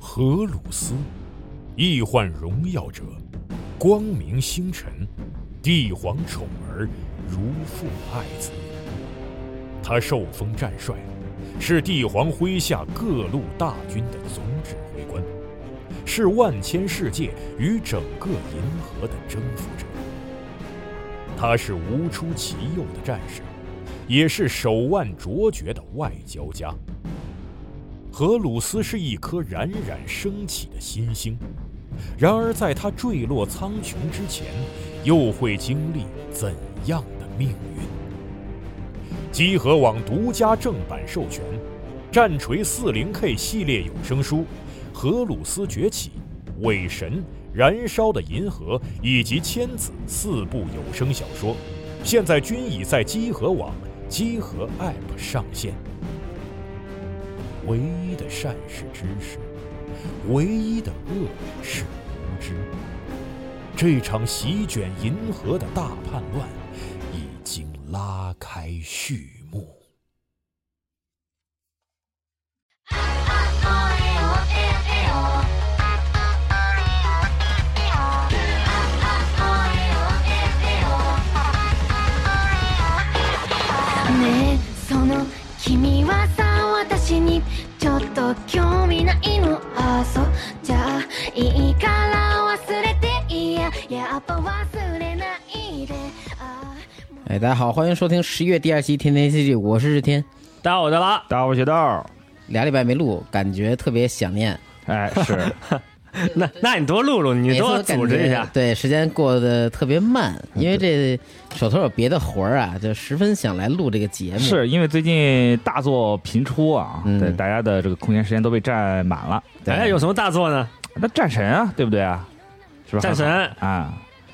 荷鲁斯，易患荣耀者，光明星辰，帝皇宠儿，如父爱子。他受封战帅，是帝皇麾下各路大军的总指挥官，是万千世界与整个银河的征服者。他是无出其右的战士，也是手腕卓绝的外交家。荷鲁斯是一颗冉冉升起的新星，然而在他坠落苍穹之前，又会经历怎样的命运？积禾网独家正版授权，战锤 40K 系列有声书《荷鲁斯崛起》、《伪神》、《燃烧的银河》以及《千子》4部有声小说，现在均已在积禾网、积禾 App 上线。唯一的善是知识，唯一的恶是无知。这场席卷银河的大叛乱已经拉开序幕。 ねえその君はさ私にちょっと興味ないのあそうじゃあいいから忘れていややっぱ忘れないで大家好，欢迎收听11月第2期天天 ACG， 我是日天。 大家好，我的拉， 大家好，我是雪豆。 2礼拜没录，感觉特别想念。 哎，是。 那你多录录，你多组织一下。 对，时间过得特别慢，因为这手头有别的活儿啊，就十分想来录这个节目。 是因为最近大作频出啊，对大家的这个空闲时间都被占满了。 哎，有什么大作呢？ 那战神啊，对不对啊？是不是？ 战神啊，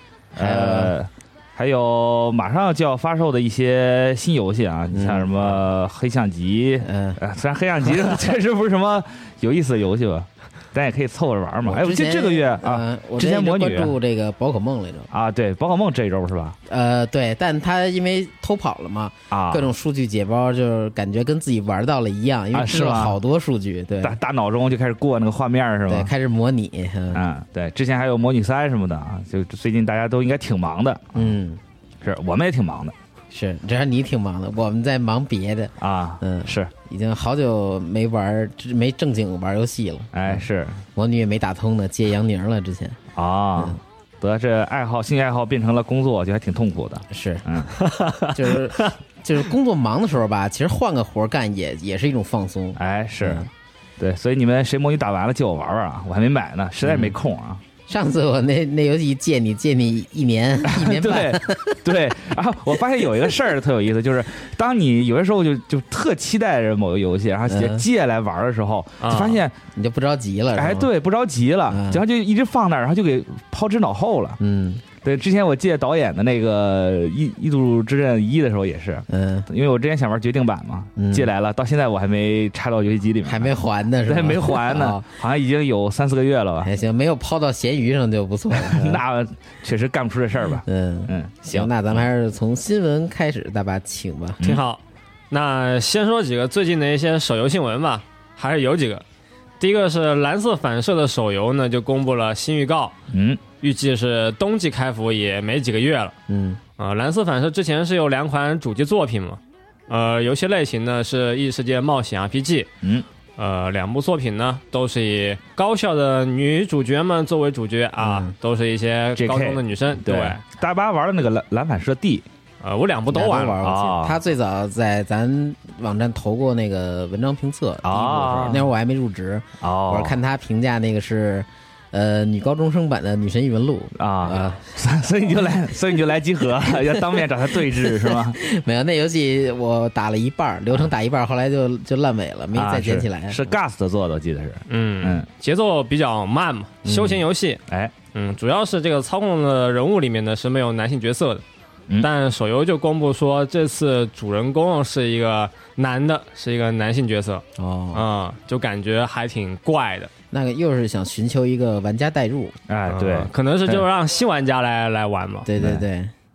还有马上就要发售的一些新游戏啊，你像什么黑象级，虽然黑象级确实不是什么有意思的游戏吧。咱也可以凑合着玩嘛。哎，这个月啊， 我之前魔女关注这个宝可梦来着啊，对，宝可梦这一周是吧？ 对，但他因为偷跑了嘛， 啊， 各种数据解包，就是感觉跟自己玩到了一样，因为知道好多数据，对， 大脑中就开始过那个画面是吧？ 对，开始模拟， 对，之前还有魔女3什么的啊，就最近大家都应该挺忙的，是我们也挺忙的。 是，这还你挺忙的，我们在忙别的啊。是， 已经好久没正经玩游戏了。 哎，是， 魔女也没打通呢，接杨宁了之前啊。得这兴趣爱好变成了工作，就还挺痛苦的。 是，就是工作忙的时候吧，其实换个活干也是一种放松。 哎，是，对，所以你们谁魔女打完了借我玩玩啊，我还没买呢，实在没空啊。 上次我那游戏借你1年半对，然后我发现有一个事儿特有意思，就是当你有的时候就特期待着某个游戏，然后借来玩的时候，就发现你就不着急了。 哎，对，不着急了，然后就一直放那儿，然后就给抛之脑后了。对，之前我借导演的那个《异度之刃1》的时候也是，因为我之前想玩决定版嘛，借来了，到现在我还没插到游戏机里面， 还没还呢，是吧？ 还没还呢，好像已经有3-4个月了吧？ 还行，没有抛到闲鱼上就不错了。 那确实干不出这事儿吧？ 行，那咱们还是从新闻开始，大家请吧。 挺好。那先说几个最近的一些手游新闻吧，还是有几个。第一个是蓝色反射的手游呢，就公布了新预告，预计是冬季开服，也没几个月了。蓝色反射之前是有2款主机作品嘛，游戏类型呢是异世界冒险 RPG，两部作品呢都是以高校的女主角们作为主角啊，都是一些高中的女生。对， 大巴玩的那个蓝反射 D。 我2部都玩了。 他最早在咱网站投过那个文章评测，第一部的时候，那会儿我还没入职，我看他评价那个是女高中生版的女神异闻录所以你就来集合，要当面找他对峙是吗？ 没有，那游戏我打了一半，流程打一半，后来就烂尾了，没再捡起来。 是 Gust 做的，我记得是。 节奏比较慢嘛，休闲游戏。主要是这个操控的人物里面呢是没有男性角色的。但手游就公布说，这次主人公是一个男的，是一个男性角色就感觉还挺怪的。 那个又是想寻求一个玩家代入， 对， 可能是就让新玩家来玩嘛。 对，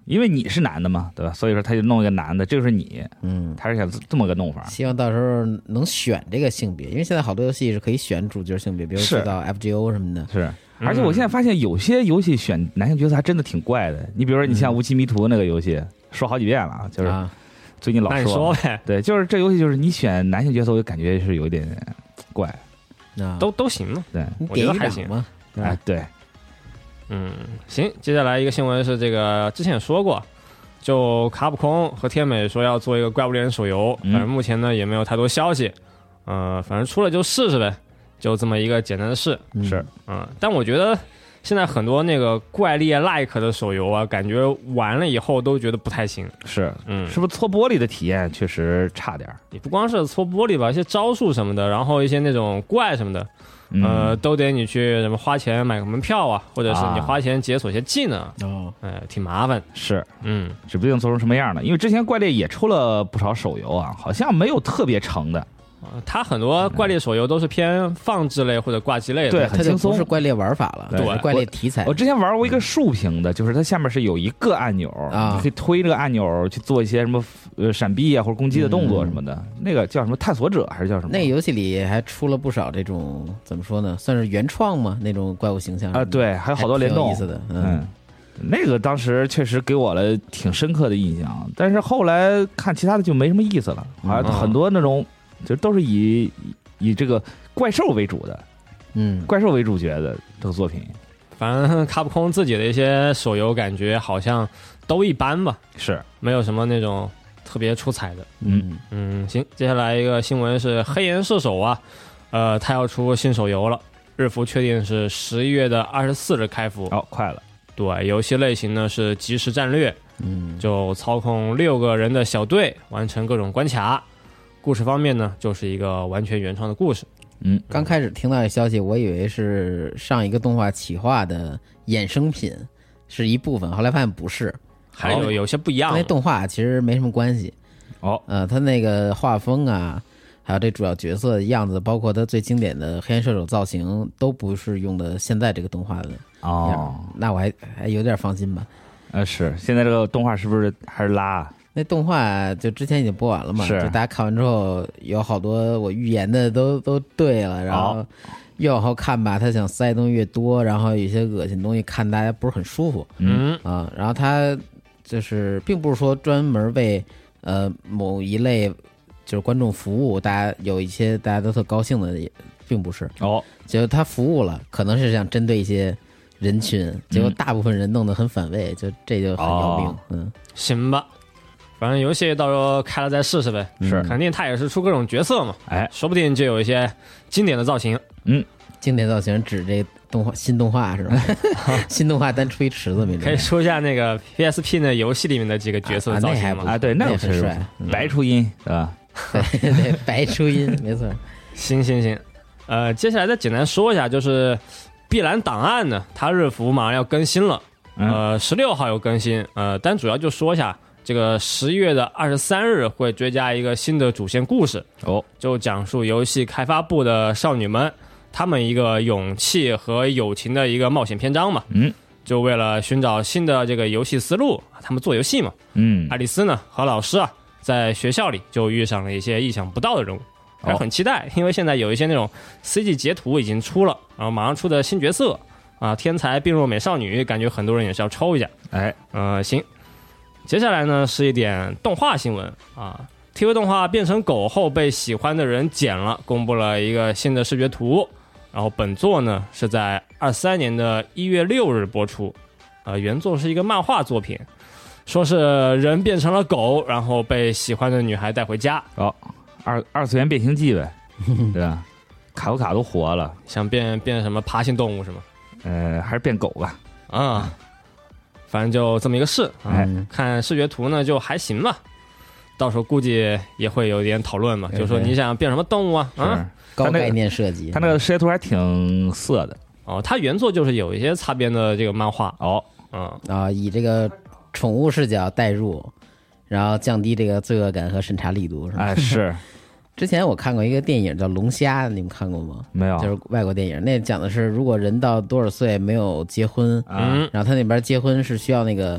因为你是男的嘛，对吧？所以说他就弄一个男的，这就是你，他是想这么个弄法。 希望到时候能选这个性别，因为现在好多游戏是可以选主角性别，比如说到 FGO 什么的。 是，而且我现在发现有些游戏选男性角色还真的挺怪的。你比如说，你像《无期迷途》那个游戏，说好几遍了，就是最近老说呗。 对，就是这游戏就是你选男性角色，我就感觉是有一点怪。 都行嘛， 对， 我觉得还行嘛。 哎，对。 行，接下来一个新闻是这个之前也说过，就卡普空和天美说要做一个怪物猎人手游，反正目前呢也没有太多消息，反正出了就试试呗，就这么一个简单的事。 是， 但我觉得现在很多那个怪猎 like 的手游啊，感觉玩了以后都觉得不太行。 是，是不是搓玻璃的体验确实差点？ 也不光是搓玻璃吧，一些招数什么的，然后一些那种怪什么的。都得你去什么花钱买个门票啊，或者是你花钱解锁一些技能，挺麻烦。 是，指不定做成什么样的。因为之前怪猎也出了不少手游啊，好像没有特别成的。 它很多怪猎手游都是偏放置类或者挂机类的， 对，很轻松， 不是怪猎玩法了， 对， 怪猎题材。 我之前玩过一个竖屏的，就是它下面是有一个按钮啊，你可以推这个按钮去做一些什么闪避啊或者攻击的动作什么的。那个叫什么探索者还是叫什么？ 那个游戏里还出了不少这种怎么说呢，算是原创嘛，那种怪物形象啊，对，还有好多联动， 有意思的， 那个当时确实给我了挺深刻的印象，但是后来看其他的就没什么意思了，好像很多那种。就都是以这个怪兽为主的，怪兽为主角的这个作品。 反正卡普空自己的一些手游感觉好像都一般吧， 是没有什么那种特别出彩的。行，接下来一个新闻是黑岩射手啊，他要出新手游了，日服确定是11月24日开服。 快了。 对，游戏类型呢是即时战略，就操控6个人的小队完成各种关卡。故事方面呢，就是一个完全原创的故事。 刚开始听到的消息，我以为是上一个动画企划的衍生品，是一部分，后来发现不是， 还有些不一样。 那动画其实没什么关系。他那个画风啊，还有这主要角色的样子，包括他最经典的黑岩射手造型，都不是用的现在这个动画的那我还有点放心吧。 是现在这个动画是不是还是拉？ 那动画就之前已经播完了嘛，就大家看完之后有好多我预言的都对了，然后越往后看吧，他想塞东西越多，然后有些恶心东西看大家不是很舒服，然后他就是并不是说专门为某一类就是观众服务，大家有一些大家都特高兴的，也并不是就他服务了，可能是想针对一些人群，结果大部分人弄得很反胃，就这就很要命。 行吧。反正游戏到时候开了再试试呗， 是肯定他也是出各种角色嘛，说不定就有一些经典的造型。 经典造型指这动画新动画是吧？新动画单出一池子没准。 可以说一下那个 PSP 那游戏里面的几个角色的造型吗？ 对，那很帅， 白初音对吧？ 对，白初音没错。 行，接下来再简单说一下，就是碧蓝档案呢，它日服马上要更新了，16号有更新，但主要就说一下。这个11月23日会追加一个新的主线故事就讲述游戏开发部的少女们她们一个勇气和友情的一个冒险篇章嘛。就为了寻找新的这个游戏思路，他们做游戏嘛。爱丽丝呢和老师啊在学校里就遇上了一些意想不到的人物，还很期待，因为现在有一些那种 CG 截图已经出了，然后马上出的新角色啊，天才病弱美少女，感觉很多人也是要抽一下。行。接下来呢是一点动画新闻啊 ，TV 动画变成狗后被喜欢的人剪了，公布了一个新的视觉图。然后本作呢是在23年1月6日播出，原作是一个漫画作品，说是人变成了狗，然后被喜欢的女孩带回家。 二次元变形记呗，对吧？卡夫卡都活了， 想变什么爬行动物是吗？ 还是变狗吧。 反正就这么一个事，看视觉图呢就还行吧，到时候估计也会有点讨论嘛，就是说你想变什么动物啊？ 高概念设计， 他那个视觉图还挺色的。 他原作就是有一些擦边的这个漫画以这个宠物视角带入，然后降低这个罪恶感和审查力度，是吧？ 是。 之前我看过一个电影叫《龙虾》，你们看过吗？ 没有， 就是外国电影。那讲的是，如果人到多少岁没有结婚，然后他那边结婚是需要那个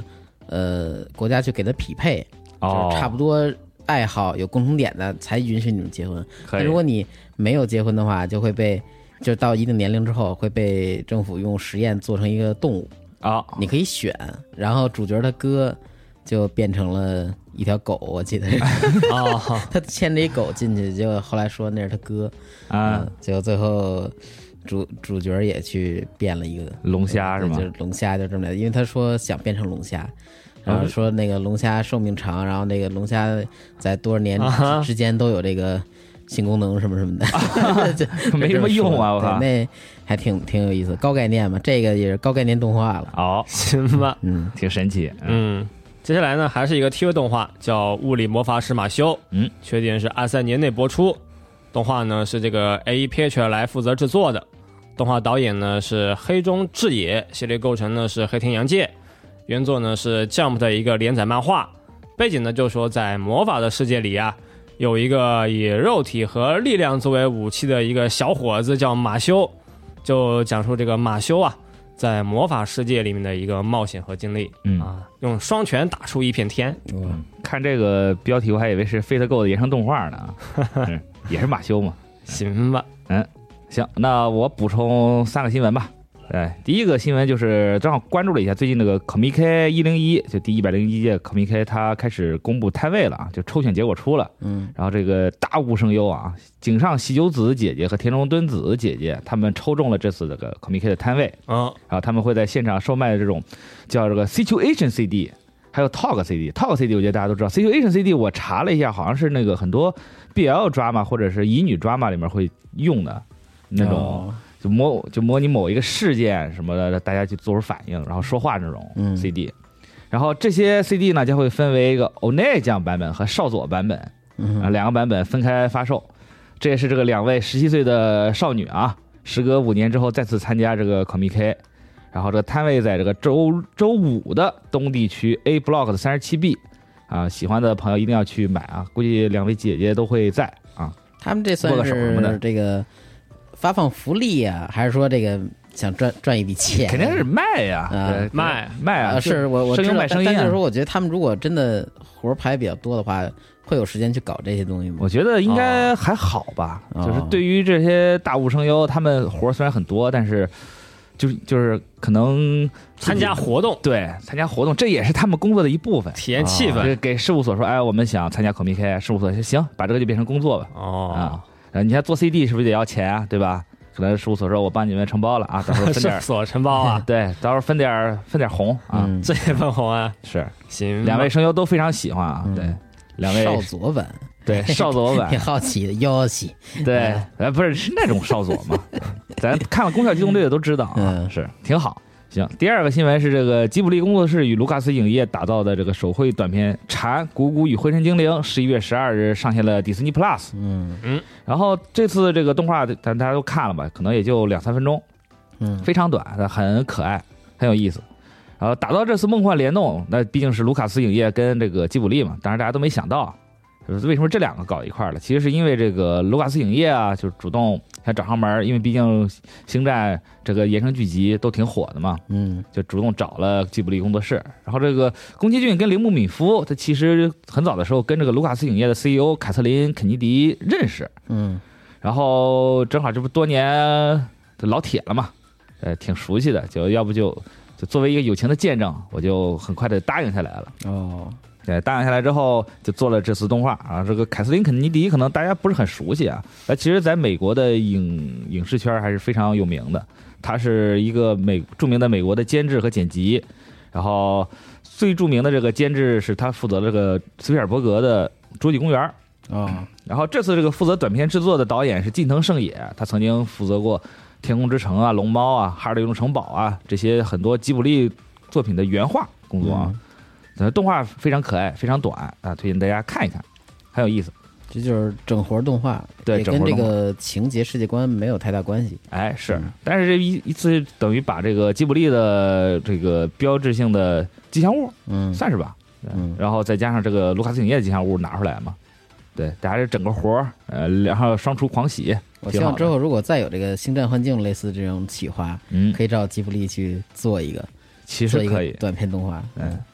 国家去给他匹配，就是差不多爱好有共同点的才允许你们结婚。但如果你没有结婚的话，就会被就到一定年龄之后会被政府用实验做成一个动物你可以选，然后主角他哥就变成了一条狗，我记得是他牵着一狗进去，结果后来说那是他哥结果最后主角也去变了一个龙虾是吗？ 就是龙虾就这么来，因为他说想变成龙虾，然后说那个龙虾寿命长，然后那个龙虾在多少年之间都有这个性功能什么什么的没什么用啊，我靠， 那还挺有意思，高概念嘛，这个也是高概念动画了。 行吧， 挺神奇。 接下来呢还是一个 TV 动画，叫《物理魔法师马修》，确定是23年内播出。动画呢是这个 AE Picture 来负责制作的，动画导演呢是黑中智也，系列构成呢是黑田洋介，原作呢是 Jump 的一个连载漫画。背景呢就说在魔法的世界里啊，有一个以肉体和力量作为武器的一个小伙子叫马修，就讲述这个马修啊在魔法世界里面的一个冒险和经历用双拳打出一片天。 看这个标题我还以为是 Fate Go 的衍生动画呢也是马修嘛。 行吧， 行，那我补充3个新闻吧。第一个新闻就是正好关注了一下最近那个 Comic 101，就第101届 Comic 它开始公布摊位了啊，就抽选结果出了。然后这个大物声优啊，井上喜久子姐姐和田中敦子姐姐，他们抽中了这次这个 Comic 的摊位然后他们会在现场售卖的这种叫这个 Situation CD， 还有 Talk CD。Talk CD 我觉得大家都知道， Situation CD 我查了一下，好像是那个很多 BL drama 或者是乙女 drama 里面会用的那种。就模拟某一个事件什么的，大家去做出反应，然后说话这种 CD。然后这些 CD 呢将会分为一个 One 酱版本和少佐版本，2个版本分开发售。这也是这个2位17岁的少女啊，时隔5年之后再次参加这个 Comic。然后这个摊位在这个周5的东地区 A Block 的37B 啊，喜欢的朋友一定要去买啊，估计2位姐姐都会在啊。 他们这算是这个发放福利呀，还是说这个想赚一笔钱？ 肯定是卖呀，卖啊！ 是我声优卖声音， 但就是说，我觉得他们如果真的活排比较多的话，会有时间去搞这些东西吗？ 我觉得应该还好吧。就是对于这些大物声优，他们活虽然很多，但是就是可能参加活动， 对，参加活动，这也是他们工作的一部分， 体验气氛。 给事务所说，哎，我们想参加 Comic， 事务所说行，把这个就变成工作吧。你还做 CD 是不是得要钱啊？对吧？可能事务所说我帮你们承包了啊，到时候分点。 事务所承包啊， 对，到时候分点红啊， 这也分红啊。 是， 行 ，2位声优都非常喜欢啊。对，2位少佐版， 对少佐版， 挺好奇的，妖气。 对，不是那种少佐嘛，咱看了《攻壳机动队》的都知道啊，是挺好。行，第2个新闻是这个吉卜力工作室与卢卡斯影业打造的这个手绘短片《蝉、谷谷与灰尘精灵》11月12日上线了迪士尼 Plus。然后这次这个动画大家都看了吧？可能也就2-3分钟，非常短，但很可爱，很有意思。然后打造这次梦幻联动，那毕竟是卢卡斯影业跟这个吉卜力嘛，当然大家都没想到。为什么这2个搞一块了？其实是因为这个卢卡斯影业啊，就是主动想找上门，因为毕竟星战这个衍生剧集都挺火的嘛，就主动找了吉卜力工作室。然后这个宫崎骏跟铃木敏夫，他其实很早的时候跟这个卢卡斯影业的 CEO 凯瑟琳肯尼迪认识，然后正好这不多年老铁了嘛，挺熟悉的，要不就作为一个友情的见证，我就很快的答应下来了。对，答应下来之后就做了这次动画啊。这个凯瑟琳肯尼迪可能大家不是很熟悉啊，其实在美国的影视圈还是非常有名的。他是一个著名的美国的监制和剪辑，然后最著名的这个监制是他负责这个斯皮尔伯格的《侏罗纪公园》然后这次这个负责短片制作的导演是近藤圣也，他曾经负责过《天空之城》啊、《龙猫》啊、《哈尔的移动城堡》啊这些很多吉卜力作品的原画工作啊。动画非常可爱，非常短啊，推荐大家看一看，很有意思。 这就是整活动画， 对， 也跟这个情节世界观没有太大关系。 是，但是这一次等于把这个吉卜力的这个标志性的吉祥物，算是吧，然后再加上这个卢卡斯影业的吉祥物拿出来嘛，对，大家这整个活然后双出狂喜。 我希望之后如果再有这个星战幻境类似这种企划，可以找吉卜力去做一个， 其实可以短片动画，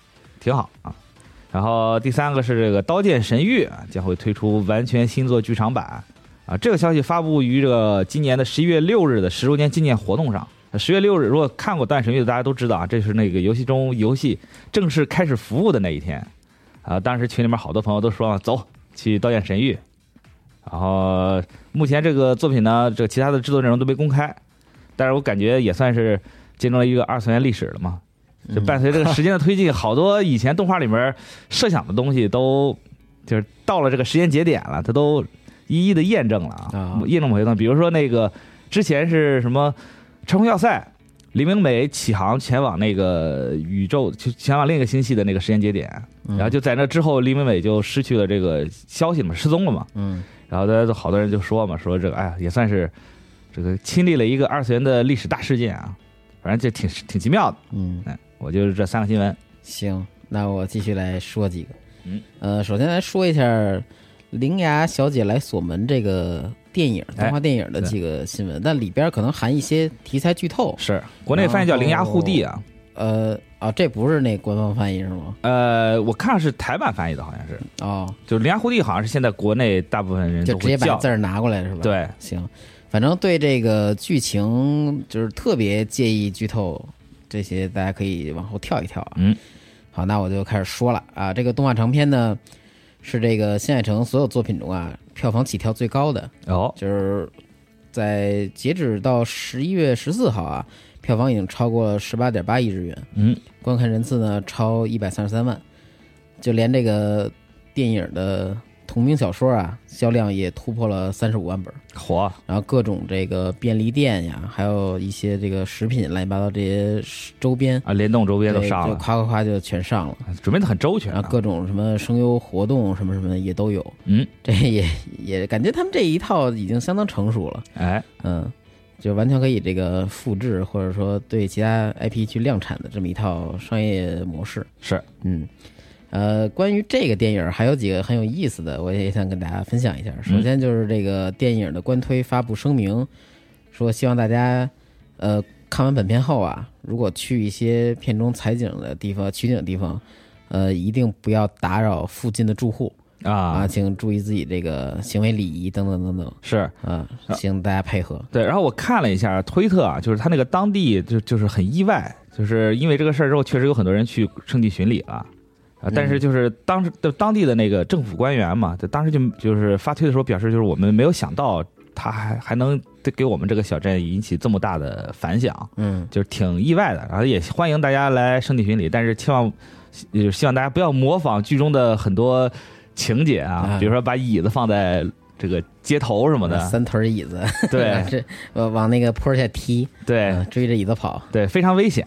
挺好啊。然后第3个是这个《刀剑神域》将会推出完全新作剧场版啊，这个消息发布于这个今年的11月6日的10周年纪念活动上。10月6日，如果看过《刀剑神域》的大家都知道啊，这是那个游戏正式开始服务的那一天啊。当时群里面好多朋友都说走去《刀剑神域》，然后目前这个作品呢，这个其他的制作内容都没公开，但是我感觉也算是见证了一个2次元历史了嘛。就伴随这个时间的推进，好多以前动画里面设想的东西都就是到了这个时间节点了，它都一一的验证了啊，验证某些东西。比如说那个之前是什么长空要塞，黎明美起航前往那个宇宙，就前往另一个星系的那个时间节点，然后就在那之后，黎明美就失去了这个消息嘛，失踪了嘛。然后大家好多人就说嘛，说这个哎呀，也算是这个亲历了一个2次元的历史大事件啊，反正就挺奇妙的。我就是这3个新闻。 行，那我继续来说几个。首先来说一下《铃芽小姐来锁门》这个电影，动画电影的几个新闻，但里边可能含一些题材剧透。 是，国内翻译叫《铃芽护地》啊。 这不是那官方翻译是吗？ 我看是台版翻译的，好像是。就是《铃芽护地》好像是现在国内大部分人都就直接把字拿过来是吧？ 对， 行，反正对这个剧情就是特别介意剧透。这些大家可以往后跳一跳啊。好，那我就开始说了啊。这个动画长片呢，是这个新海诚所有作品中啊票房起跳最高的就是在截止到11月14号啊，票房已经超过了18.8亿日元。观看人次呢超133万，就连这个电影的同名小说啊，销量也突破了35万本。然后各种这个便利店呀，还有一些这个食品乱七八糟这些周边啊，联动周边都上了， 就夸就全上了， 准备的很周全。 然后各种什么声优活动什么什么的也都有。这也感觉他们这一套已经相当成熟了。就完全可以这个复制，或者说对其他 IP 去量产的这么一套商业模式。 是。 关于这个电影还有几个很有意思的，我也想跟大家分享一下。首先就是这个电影的官推发布声明，说希望大家看完本片后啊，如果去一些片中采景的地方、取景的地方，一定不要打扰附近的住户请注意自己这个行为礼仪等等等等。 是请大家配合。 对，然后我看了一下推特啊，就是他那个当地就是很意外，就是因为这个事儿之后，确实有很多人去圣地巡礼了。但是就是当地的那个政府官员嘛，当时就是发推的时候表示，就是我们没有想到他还能给我们这个小镇引起这么大的反响，就是挺意外的。然后也欢迎大家来圣地巡礼，但是希望大家不要模仿剧中的很多情节啊，比如说把椅子放在这个街头什么的 ，3腿椅子， 对， 这往那个坡下踢， 对， 追着椅子跑， 对，非常危险。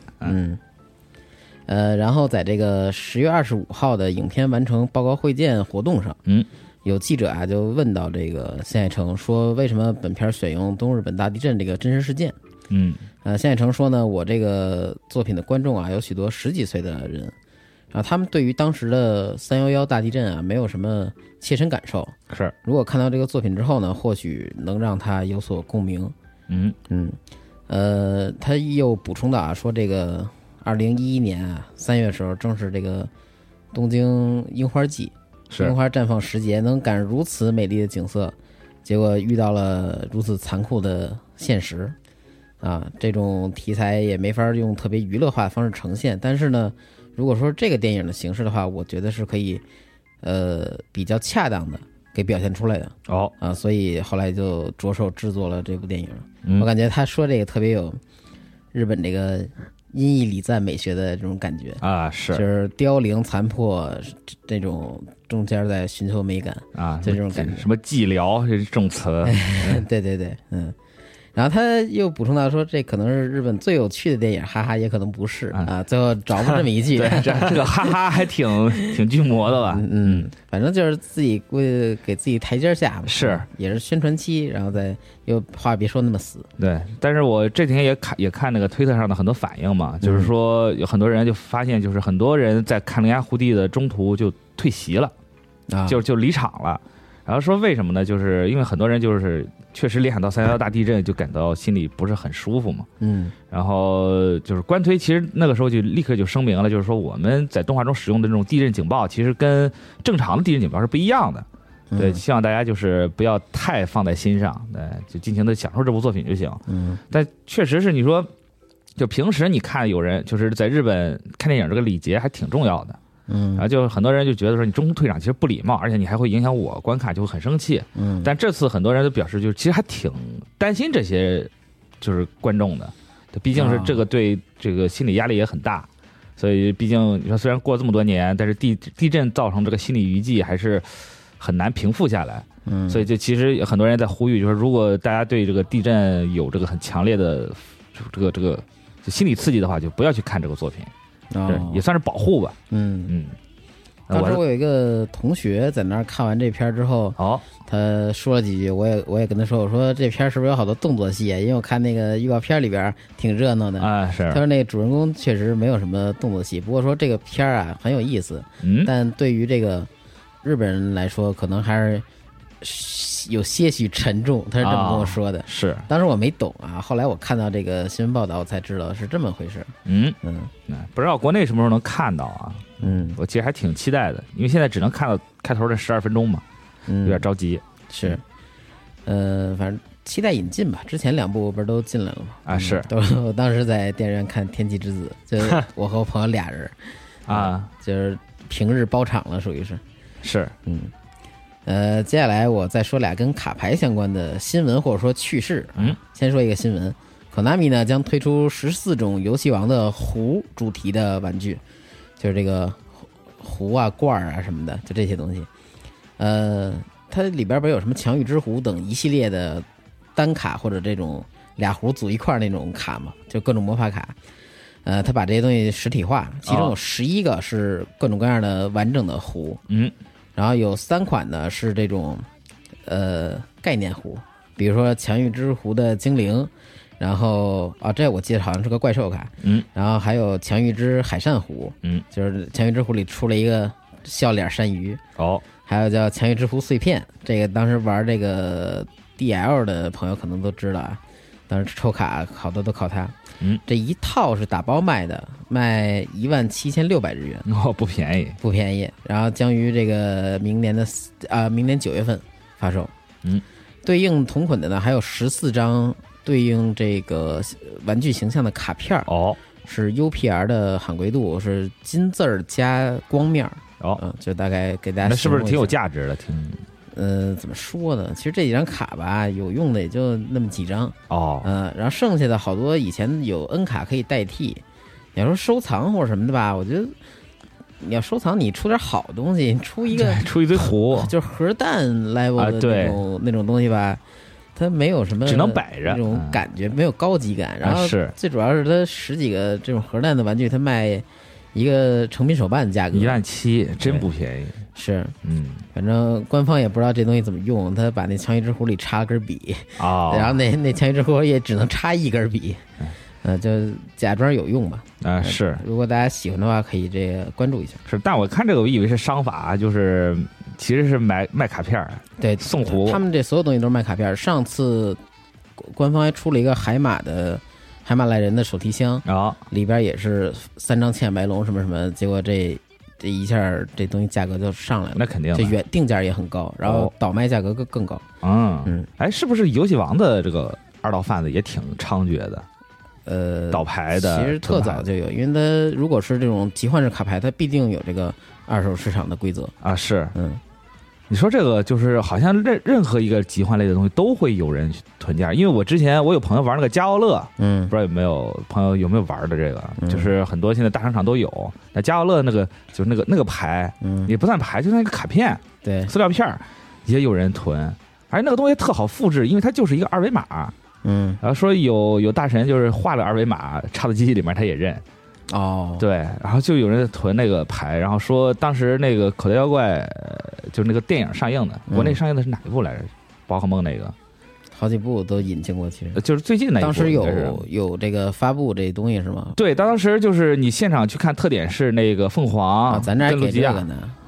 然后在这个10月25号的影片完成报告会见活动上，有记者啊就问到这个新海诚说，为什么本片选用东日本大地震这个真实事件？新海诚说呢，我这个作品的观众啊有许多10几岁的人，然后他们对于当时的311大地震啊没有什么切身感受， 是如果看到这个作品之后呢，或许能让他有所共鸣。他又补充到啊，说这个2011年3月的时候，正是这个东京樱花季，樱花绽放时节，能赶如此美丽的景色，结果遇到了如此残酷的现实这种题材也没法用特别娱乐化的方式呈现。但是呢，如果说这个电影的形式的话，我觉得是可以比较恰当的给表现出来的所以后来就着手制作了这部电影。我感觉他说这个特别有日本这个音译礼赞美学的这种感觉是就是凋零残破这种中间在寻求美感就这种感觉， 什么寂寥这种词对对对然后他又补充到说，这可能是日本最有趣的电影，哈哈，也可能不是最后找不这么一句。 对，这个哈哈还挺巨魔的吧？ 反正就是自己给自己台阶下， 是也是宣传期，然后再又话别说那么死。 对，但是我这几天也看那个推特上的很多反应嘛，就是说有很多人就发现，就是很多人在看《铃芽护地》的中途就退席了，就离场了。 然后说为什么呢？就是因为很多人就是确实联想到311大地震就感到心里不是很舒服嘛。然后就是官推其实那个时候就立刻就声明了，就是说我们在动画中使用的这种地震警报其实跟正常的地震警报是不一样的。对，希望大家就是不要太放在心上，对，就尽情的享受这部作品就行。但确实是你说，就平时你看有人就是在日本看电影这个礼节还挺重要的。然后就很多人就觉得说你中途退场其实不礼貌，而且你还会影响我观看，就会很生气。但这次很多人都表示，就是其实还挺担心这些就是观众的，毕竟是这个对这个心理压力也很大。所以毕竟你说虽然过这么多年，但是地震造成这个心理余悸还是很难平复下来。所以就其实很多人在呼吁，就是如果大家对这个地震有这个很强烈的这个就心理刺激的话，就不要去看这个作品。也算是保护吧。 当时我有一个同学在那儿看完这片之后，他说了几句，我也跟他说，我说这片是不是有好多动作戏？因为我看那个预告片里边挺热闹的啊。是。 他说那个主人公确实没有什么动作戏，不过说这个片啊很有意思。但对于这个日本人来说，可能还是有些许沉重，他是这么跟我说的。 是， 当时我没懂啊，后来我看到这个新闻报道，我才知道是这么回事。 不知道国内什么时候能看到啊？我其实还挺期待的，因为现在只能看到开头的12分钟嘛，有点着急。 是，反正期待引进吧。之前2部不是都进来了吗？ 啊，是。 我当时在电影院看《天气之子》，就我和我朋友俩人啊， 就是平日包场了，属于是。 是， 接下来我再说俩跟卡牌相关的新闻或者说趣事。先说一个新闻，Konami 呢将推出14种游戏王的壶主题的玩具，就是这个壶啊、罐啊什么的，就这些东西。它里边不是有什么强欲之壶等一系列的单卡或者这种俩壶组一块那种卡嘛，就各种魔法卡。它把这些东西实体化，其中有11个是各种各样的完整的壶。然后有3款呢是这种概念壶，比如说强欲之壶的精灵，然后这我记得好像是个怪兽卡。然后还有强欲之海扇壶，就是强欲之壶里出了一个笑脸鳝鱼。还有叫强欲之壶碎片，这个当时玩这个 DL 的朋友可能都知道啊，当时抽卡好多都靠它。这一套是打包卖的，卖17600日元。 不便宜， 不便宜。然后将于这个明年9月份发售。对应同捆的呢还有14张对应这个玩具形象的卡片。是 UPR 的罕贵度，是金字加光面。就大概给大家。 那是不是挺有价值的？ 怎么说呢？其实这几张卡吧，有用的也就那么几张。然后剩下的好多以前有 N 卡可以代替。你要说收藏或者什么的吧，我觉得你要收藏，你出点好东西，出一堆壶， 就是核弹 level 的那种东西吧，它没有什么， 只能摆着那种感觉，没有高级感。然后最主要是它10几个这种核弹的玩具，它卖一个成品手办的价格 17000，真不便宜。 是，反正官方也不知道这东西怎么用，他把那强欲之壶里插了根笔，然后那强欲之壶也只能插一根笔，就假装有用吧。 是， 如果大家喜欢的话，可以这个关注一下。 是，但我看这个我以为是商法，就是其实是卖卡片， 对， 送壶。 他们这所有东西都是卖卡片。上次官方还出了一个海马赖人的手提箱，里边也是3张千百龙什么什么，结果这一下这东西价格就上来了。 那肯定， 这原定价也很高，然后倒卖价格更高。 是不是游戏王的这个2道贩子也挺猖獗的？倒牌的其实特早就有，因为它如果是这种集换式卡牌，它必定有这个二手市场的规则啊。是，你说这个就是好像任何一个集换类的东西都会有人囤价，因为我之前我有朋友玩那个加奥乐，不知道有没有朋友有没有玩的这个，就是很多现在大商场都有。那加奥乐那个就是那个牌，也不算牌，就那个卡片， 对， 塑料片也有人囤，而那个东西特好复制，因为它就是一个2维码。然后说有大神就是画了2维码插到机器里面，他也认。对，然后就有人囤那个牌，然后说当时那个口袋妖怪就是那个电影上映的，国内上映的是哪一部来着？宝可梦那个， 好几部都引进过去， 就是最近那一部。 当时有这个发布这东西是吗？ 对，当时就是你现场去看，特点是那个凤凰， 咱这还给这个呢。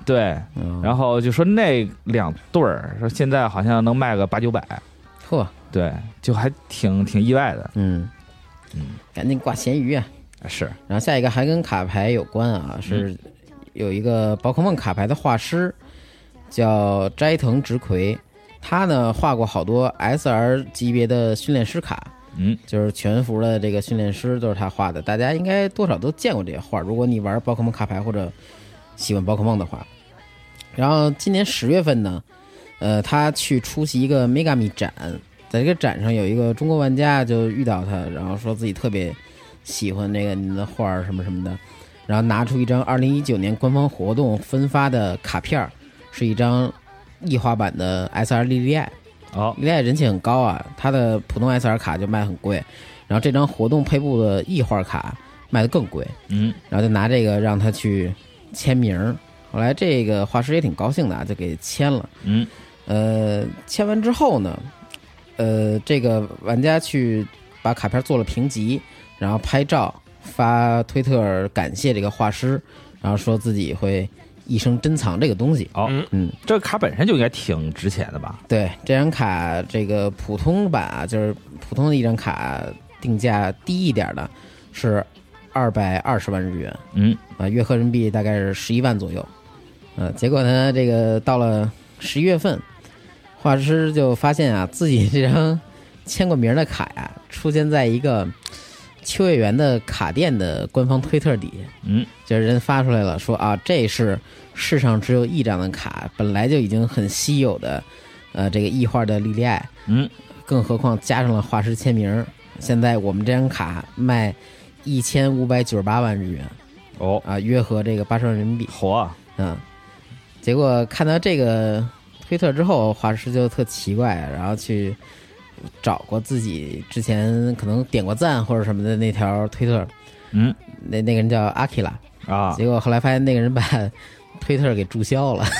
对，然后就说那2对儿，说现在好像能卖个800-900， 嚯， 对，就还挺意外的。 赶紧挂咸鱼啊！ 是， 然后下一个还跟卡牌有关啊，是有一个宝可梦卡牌的画师叫斋藤直葵，他呢画过好多 SR 级别的训练师卡，就是全服的这个训练师都是他画的，大家应该多少都见过这些画，如果你玩宝可梦卡牌或者喜欢宝可梦的话。然后今年10月份呢，他去出席一个 Megami 展，在这个展上有一个中国玩家就遇到他，然后说自己特别喜欢那个你的画什么什么的，然后拿出一张2019年官方活动分发的卡片，是一张异化版的 SR 莉莉艾。莉莉艾人气很高啊，它的普通 SR 卡就卖很贵，然后这张活动配布的异画卡卖得更贵，然后就拿这个让他去签名。后来这个画师也挺高兴的，就给签了。签完之后呢，这个玩家去把卡片做了评级，然后拍照发推特感谢这个画师，然后说自己会一生珍藏这个东西。 这个卡本身就应该挺值钱的吧？ 对，这张卡这个普通版啊，就是普通的一张卡，定价低一点的是220万日元，约合人民币大概是11万左右。结果呢，这个到了11月份，画师就发现啊，自己这张签过名的卡呀，出现在一个秋叶原的卡店的官方推特底下，就是人发出来了，说啊，这是世上只有一张的卡，本来就已经很稀有的，这个异画的莉莉艾，更何况加上了画师签名，现在我们这张卡卖1598万日元，约合这个80万人民币，结果看到这个推特之后，画师就特奇怪，然后去找过自己之前可能点过赞或者什么的那条推特，那个人叫阿基拉啊，结果后来发现那个人把推特给注销了，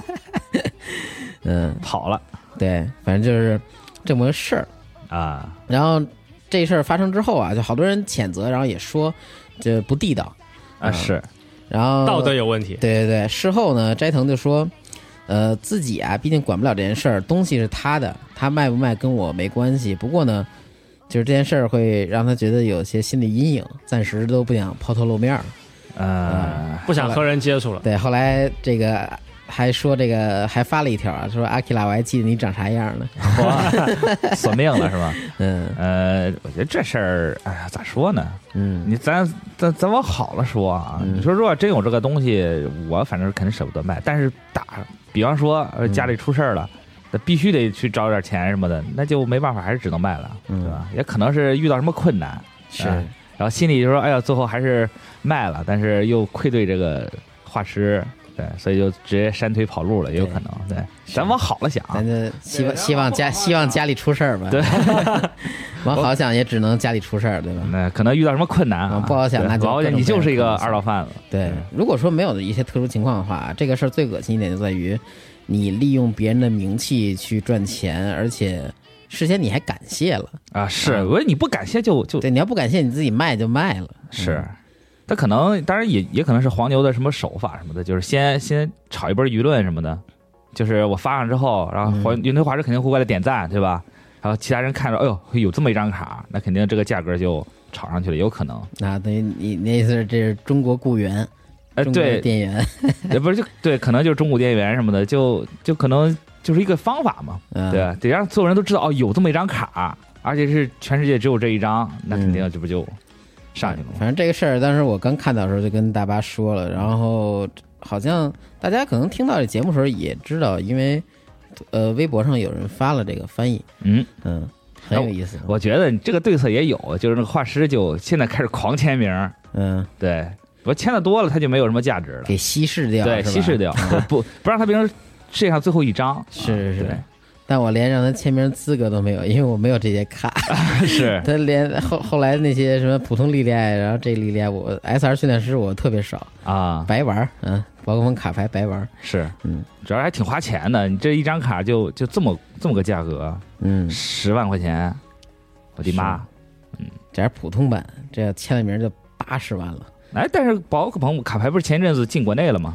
跑了， 对，反正就是这么个事儿啊。 然后这事儿发生之后啊，就好多人谴责，然后也说这不地道啊，是。 然后道德有问题， 对对对。事后呢，斋藤就说，自己啊，毕竟管不了这件事儿，东西是他的，他卖不卖跟我没关系。不过呢，就是这件事儿会让他觉得有些心理阴影，暂时都不想抛头露面不想和人接触了。 对，后来这个还说这个还发了一条啊，说阿基拉，我还记得你长啥样呢， 索命了是吧？我觉得这事儿，哎呀，咋说呢？你咱往好了说啊，你说如果真有这个东西，我反正肯定舍不得卖。但是比方说家里出事儿了，那必须得去找点钱什么的，那就没办法，还是只能卖了，对吧？也可能是遇到什么困难， 是， 然后心里就说，哎呀，最后还是卖了，但是又愧对这个画师。对，所以就直接删推跑路了，也有可能。对，咱往好了想， 咱就希望家里出事儿吧。 对， 往好想也只能家里出事儿，对吧？ 那可能遇到什么困难啊？ 不好想，那就你就是一个二道贩子。 对，如果说没有一些特殊情况的话，这个事儿最恶心一点就在于，你利用别人的名气去赚钱，而且事先你还感谢了啊！是，我说你不感谢就对，你要不感谢你自己卖就卖了， 是。他可能，当然也可能是黄牛的什么手法什么的，就是先炒一波舆论什么的，就是我发上之后，然后云推画师肯定会过来点赞，对吧？然后其他人看着，哎呦，有这么一张卡，那肯定这个价格就炒上去了，有可能。 那等于你那意思，这是中国雇员， 对， 店员， 也不是就对，可能就是中古店员什么的，就可能就是一个方法嘛，对吧？得让所有人都知道哦，有这么一张卡，而且是全世界只有这一张，那肯定这不就。上去了， 反正这个事儿，当时我刚看到的时候就跟大巴说了，然后好像大家可能听到这节目的时候也知道，因为微博上有人发了这个翻译，很有意思。 我觉得这个对策也有，就是那个画师就现在开始狂签名，对，我签的多了，他就没有什么价值了， 给稀释掉， 对，稀释掉，不让他变成世界上最后一张， 是。但我连让他签名资格都没有，因为我没有这些卡。 是他连后来那些什么普通莉莉艾，然后这莉莉艾我 SR 训练师我特别少啊，白玩宝可梦卡牌白玩是，主要还挺花钱的。你这一张卡就这么个价格，10万块钱，我的妈， 这还是普通版，这要签了名就80万了。 哎，但是宝可梦卡牌不是前阵子进国内了吗？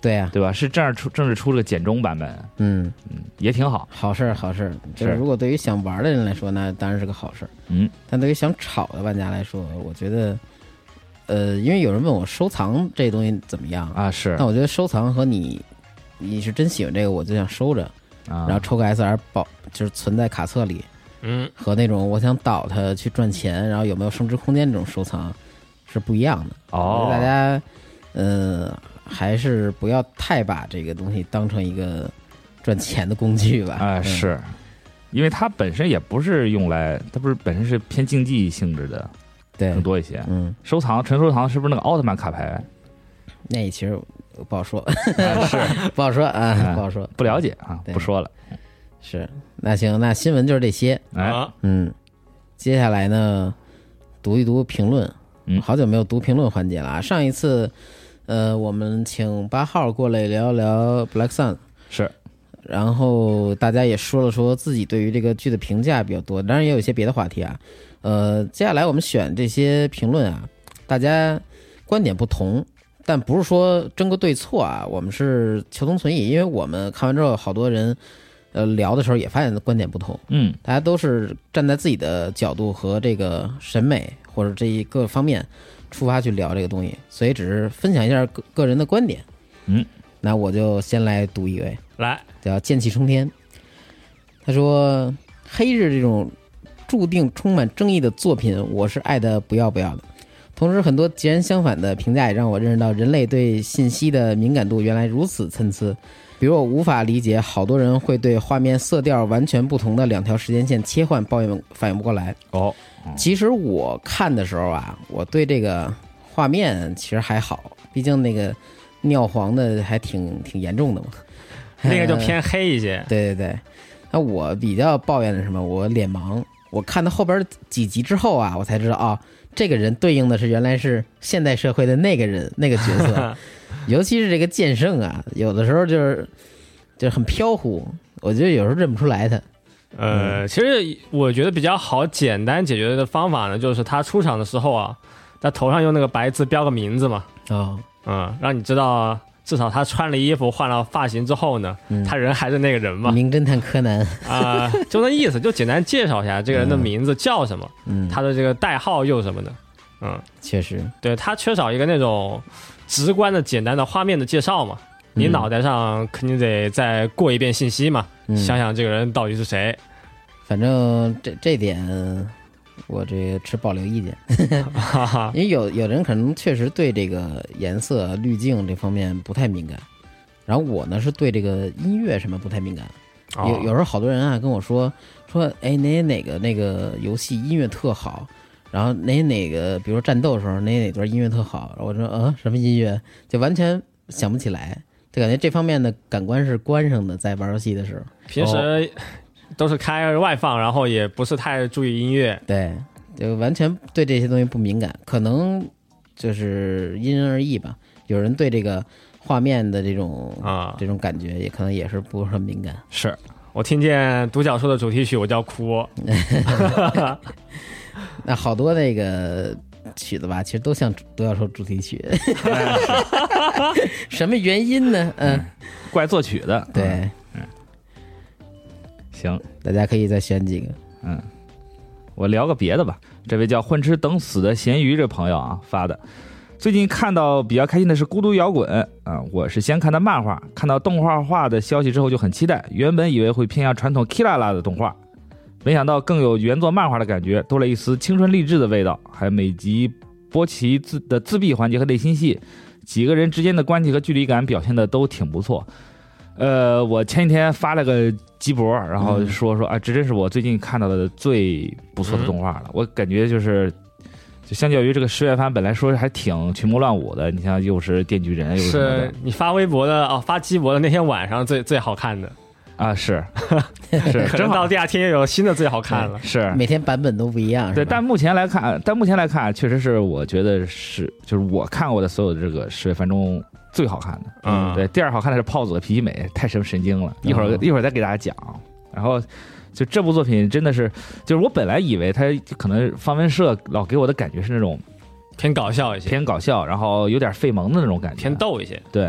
对呀， 对吧？是正式出了个简中版本，也挺好， 好事。就是如果对于想玩的人来说，那当然是个好事。但对于想炒的玩家来说，我觉得，因为有人问我收藏这东西怎么样啊？是， 那我觉得收藏和你是真喜欢这个，我就想收着，然后抽个 SR 就是存在卡册里，和那种我想倒它去赚钱，然后有没有升值空间这种收藏是不一样的。我觉得大家，还是不要太把这个东西当成一个赚钱的工具吧。 是，因为它本身也不是用来，它不是本身是偏竞技性质的， 对， 更多一些。纯收藏是不是那个奥特曼卡牌？ 那其实不好说， 是不好说啊，不好说， 不了解啊，不说了。 是，那行，那新闻就是这些。接下来呢，读一读评论。好久没有读评论环节了啊！上一次，我们请8号过来聊聊 Black Sun， 是， 然后大家也说了说自己对于这个剧的评价比较多，当然也有一些别的话题啊。接下来我们选这些评论啊，大家观点不同，但不是说争个对错啊，我们是求同存异，因为我们看完之后，好多人聊的时候也发现观点不同，大家都是站在自己的角度和这个审美或者这一个方面出发去聊这个东西，所以只是分享一下个人的观点。那我就先来读一位， 来， 叫剑气冲天。他说：“黑日这种注定充满争议的作品，我是爱的不要不要的。同时，很多截然相反的评价也让我认识到人类对信息的敏感度原来如此参差。比如，我无法理解好多人会对画面色调完全不同的2条时间线切换抱怨反应不过来。其实我看的时候啊，我对这个画面其实还好，毕竟那个尿黄的还挺严重的嘛， 那个就偏黑一些。 对，那我比较抱怨的是什么？我脸盲，我看到后边几集之後啊，我才知道啊，这个人对应的是原来是现代社会的那个人那个角色，尤其是这个剑圣啊，有的时候就是很飘忽，我觉得有时候认不出来他。 其实我觉得比较好简单解决的方法呢，就是他出场的时候啊，他头上用那个白字标个名字嘛，让你知道至少他穿了衣服换了发型之后呢，他人还是那个人嘛。 名侦探柯南就那意思，就简单介绍一下这个人的名字叫什么，他的这个代号又什么的。 确实， 对，他缺少一个那种直观的简单的画面的介绍嘛。你脑袋上肯定得再过一遍信息嘛，想想这个人到底是谁。 反正这点我这个持保留意见，因为有人可能确实对这个颜色滤镜这方面不太敏感，然后我呢是对这个音乐什么不太敏感。有时候好多人啊跟我说，哎，哪个游戏音乐特好，然后哪个比如说战斗的时候哪段音乐特好，我说什么音乐，就完全想不起来。就感觉这方面的感官是关上的，在玩游戏的时候， 平时都是开外放，然后也不是太注意音乐， 对，就完全对这些东西不敏感，可能就是因人而异吧。有人对这个画面的这种感觉，也可能也是不是很敏感。 是我听见独角兽的主题曲，我就要哭。 那好多那个曲子吧，其实都像独角兽主题曲。什么原因呢？ 怪作曲的。 对， 行， 大家可以再选几个。 我聊个别的吧。这位叫混吃等死的咸鱼这朋友啊发的，最近看到比较开心的是孤独摇滚啊，我是先看的漫画，看到动画化的消息之后就很期待，原本以为会偏向传统 Kirara 的动画，没想到更有原作漫画的感觉，多了一丝青春励志的味道，还每集波奇的自闭环节和内心戏，几个人之间的关系和距离感表现的都挺不错。我前几天发了个鸡脖，然后说啊，这真是我最近看到的最不错的动画了。我感觉就相较于这个10月番本来说还挺群魔乱舞的，你像又是电锯人，又是什么的， 是你发微博的发鸡脖的那天晚上最好看的啊，是可能到第二天又有新的最好看了， 是每天版本都不一样。 对，但目前来看，确实是我觉得就是我看过的所有的这个10月番中最好看的。对，第二好看的是泡子的脾气美，太神经了，一会儿再给大家讲。然后就这部作品真的是，就是我本来以为它可能方文社老给我的感觉是那种偏搞笑一些， 偏搞笑，然后有点费萌的那种感觉， 偏逗一些。 对，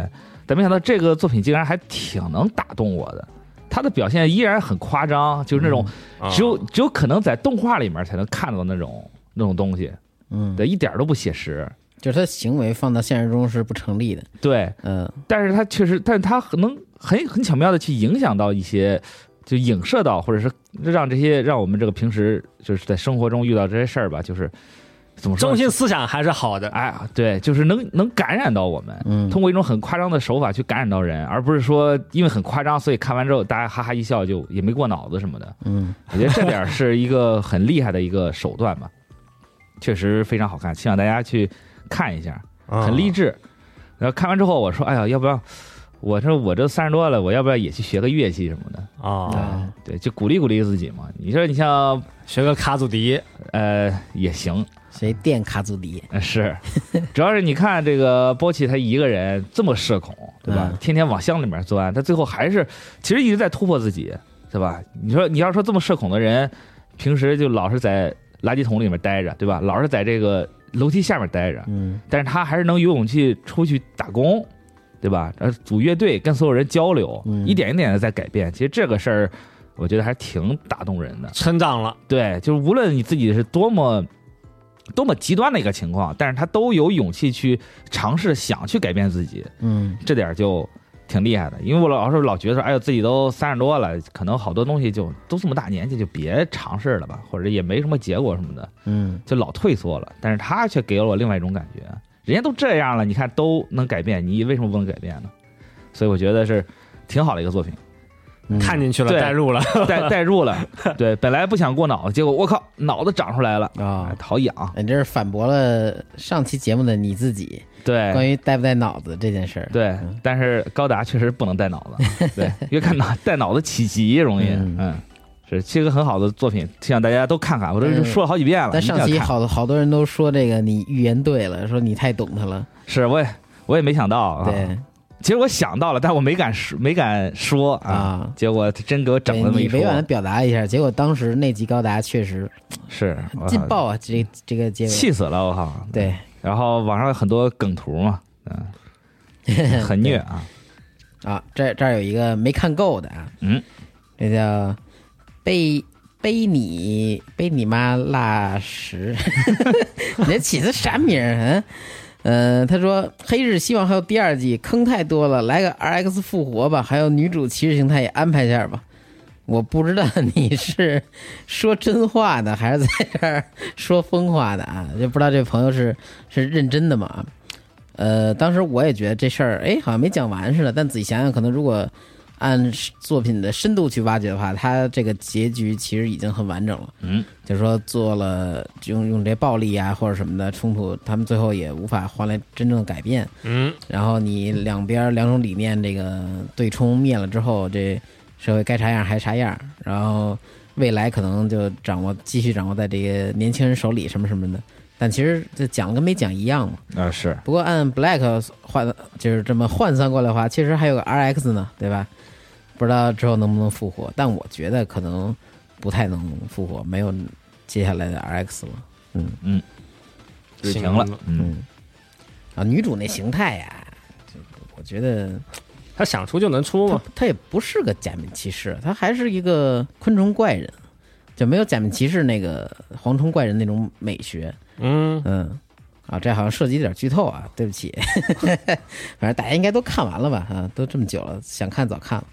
但没想到这个作品竟然还挺能打动我的。他的表现依然很夸张，就是那种只有可能在动画里面才能看到那种东西，对，一点都不写实。 就是他行为放到现实中是不成立的， 对，但是他确实，但是他能很巧妙的去影响到一些，就影射到，或者是让我们这个平时就是在生活中遇到这些事儿吧，就是怎么说， 中心思想还是好的， 哎，对，就是能感染到我们，通过一种很夸张的手法去感染到人，而不是说因为很夸张，所以看完之后大家哈哈一笑就也没过脑子什么的，我觉得这点是一个很厉害的一个手段吧，确实非常好看，希望大家去看一下，很励志。然后看完之后，我说：“哎呀，要不要？我说我这30多了，我要不要也去学个乐器什么的啊？对，就鼓励鼓励自己嘛。你说你像学个卡祖笛， 也行。 谁电卡祖笛？ 是，主要是你看这个波奇他一个人这么社恐，对吧？天天往箱里面钻，他最后还是其实一直在突破自己，对吧？你说你要说这么社恐的人，平时就老是在垃圾桶里面待着，对吧？老是在这个楼梯下面待着，但是他还是能有勇气出去打工，对吧？组乐队跟所有人交流，一点一点的在改变。其实这个事儿，我觉得还挺打动人的， 成长了。 对，就是无论你自己是多么极端的一个情况，但是他都有勇气去尝试想去改变自己，这点就挺厉害的。因为我老觉得说，哎呦，自己都30多了，可能好多东西就都这么大年纪就别尝试了吧，或者也没什么结果什么的，就老退缩了。但是他却给了我另外一种感觉，人家都这样了，你看都能改变，你为什么不能改变呢？所以我觉得是挺好的一个作品。 看进去了，代入了， 代入了。对，本来不想过脑子，结果我靠，脑子长出来了啊，好痒。 你这是反驳了上期节目的你自己， 对， 关于带不带脑子这件事儿。 对，但是高达确实不能带脑子，对，因为看带脑子起急容易，是一个很好的作品，希望大家都看看。我这说了好几遍了。 但上期好多人都说这个你预言对了，说你太懂他了。 是，我也没想到啊。 对。 其实我想到了，但我没敢说啊。结果真给我整了你委婉的表达一下，结果当时那集高达确实是劲爆啊！这个结尾气死了，我靠！ 对， 然后网上有很多梗图嘛，很虐啊。 啊，这儿有一个没看够的啊，这叫背你妈拉屎，你这起的啥名儿？他说黑日希望还有第2季，坑太多了，来个 RX 复活吧，还有女主骑士形态也安排一下吧。我不知道你是说真话的还是在这儿说疯话的啊，就不知道这朋友是认真的吗？当时我也觉得这事儿好像没讲完似的，但仔细想想，可能如果按作品的深度去挖掘的话，它这个结局其实已经很完整了。就是说做了用这暴力啊或者什么的冲突，他们最后也无法换来真正的改变。然后你两种理念这个对冲灭了之后，这社会该啥样还啥样，然后未来可能就继续掌握在这个年轻人手里什么什么的。但其实这讲跟没讲一样嘛。 是。 不过按 Black 就是这么换算过来的话，其实还有个 RX 呢，对吧？不知道之后能不能复活，但我觉得可能不太能复活，没有接下来的 RX 了。 就停了。 女主那形态呀，我觉得她想出就能出吗？ 她也不是个假面骑士，她还是一个昆虫怪人，就没有假面骑士那个蝗虫怪人那种美学。这好像涉及一点剧透啊，对不起。反正大家应该都看完了吧？啊，都这么久了，想看早看了。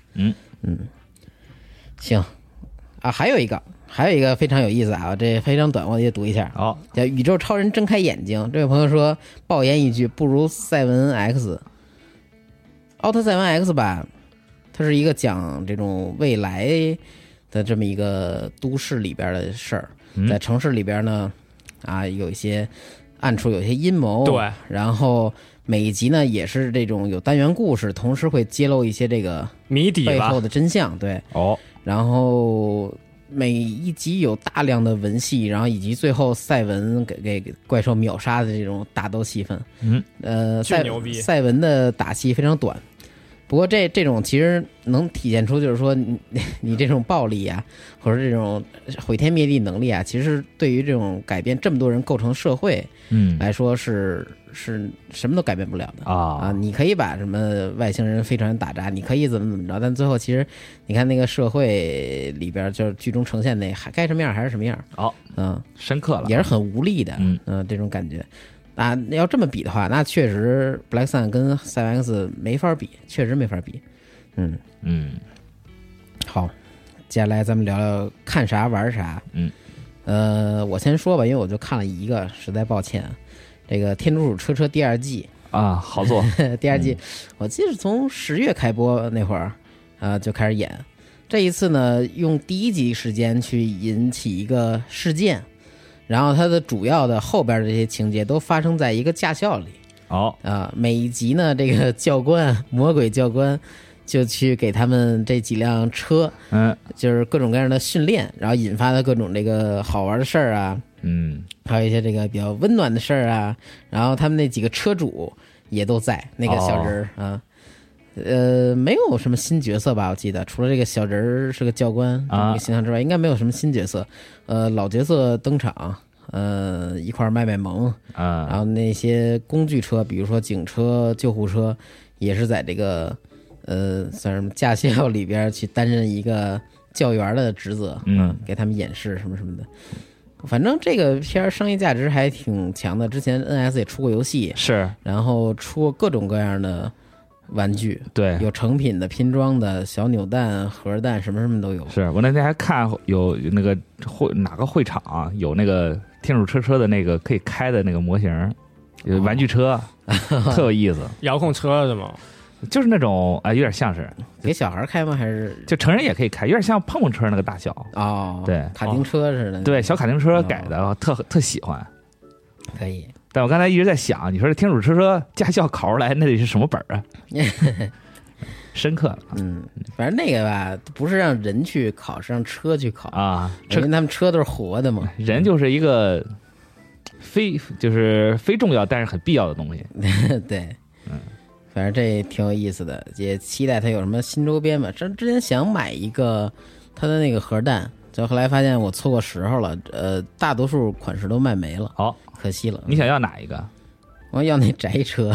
行啊，还有一个非常有意思啊，这非常短，我也读一下。叫宇宙超人睁开眼睛。这位朋友说，爆言一句，不如赛文 X。奥特赛文 X 吧，它是一个讲这种未来的这么一个都市里边的事儿，在城市里边呢，有一些暗处有些阴谋， 对， 然后每一集呢也是这种有单元故事，同时会揭露一些这个谜底背后的真相，对，然后每一集有大量的文戏，然后以及最后赛文给怪兽秒杀的这种打斗戏份， 巨牛逼。 赛文的打戏非常短，不不过这种其实能体现出，就是说你这种暴力啊，或者这种毁天灭地能力啊，其实对于这种改变这么多人构成社会，来说是什么都改变不了的啊！你可以把什么外星人飞船打炸，你可以怎么着，但最后其实你看那个社会里边，就是剧中呈现那该什么样还是什么样。 深刻了， 也是很无力的，这种感觉。啊，要这么比的话，那确实 Black Sun 跟赛文 X 没法比，确实没法比。好，接下来咱们聊聊看啥玩啥。我先说吧，因为我就看了一个，实在抱歉。这个《天竺鼠车车》第2季啊，好做。 第2季，我记得是从10月开播那会儿就开始演。这一次呢，用第1集时间去引起一个事件。然后它的主要的后边的这些情节都发生在一个驾校里。每一集呢，这个教官魔鬼教官就去给他们这几辆车，就是各种各样的训练，然后引发的各种这个好玩的事儿啊，还有一些这个比较温暖的事儿啊。然后他们那几个车主也都在那个小人啊。没有什么新角色吧？我记得除了这个小人是个教官这个形象之外，应该没有什么新角色。老角色登场，一块卖萌然后那些工具车，比如说警车、救护车，也是在这个算什么驾校里边去担任一个教员的职责，给他们演示什么什么的。反正这个片商业价值还挺强的，之前 NS 也出过游戏， 是， 然后出过各种各样的玩具， 对， 有成品的、拼装的、小扭蛋、核弹，什么什么都有。 是我那天还看有那个哪个会场有那个天竺车车的那个可以开的那个模型，有玩具车，特有意思。 遥控车是吗？ 就是那种有点像是给小孩开吗？还是就成人也可以开？有点像碰碰车那个大小对， 卡丁车似的。 对，小卡丁车改的，特喜欢。 可以。 但我刚才一直在想，你说这天竺车车驾校考出来那得是什么本啊？深刻了。 反正那个吧，不是让人去考，是让车去考因为他们车都是活的嘛。 人就是一个非重要但是很必要的东西。 对，反正这挺有意思的，也期待它有什么新周边吧。之前想买一个它的那个核弹，就后来发现我错过时候了。大多数款式都卖没了，可惜了。 你想要哪一个？ 我要那宅车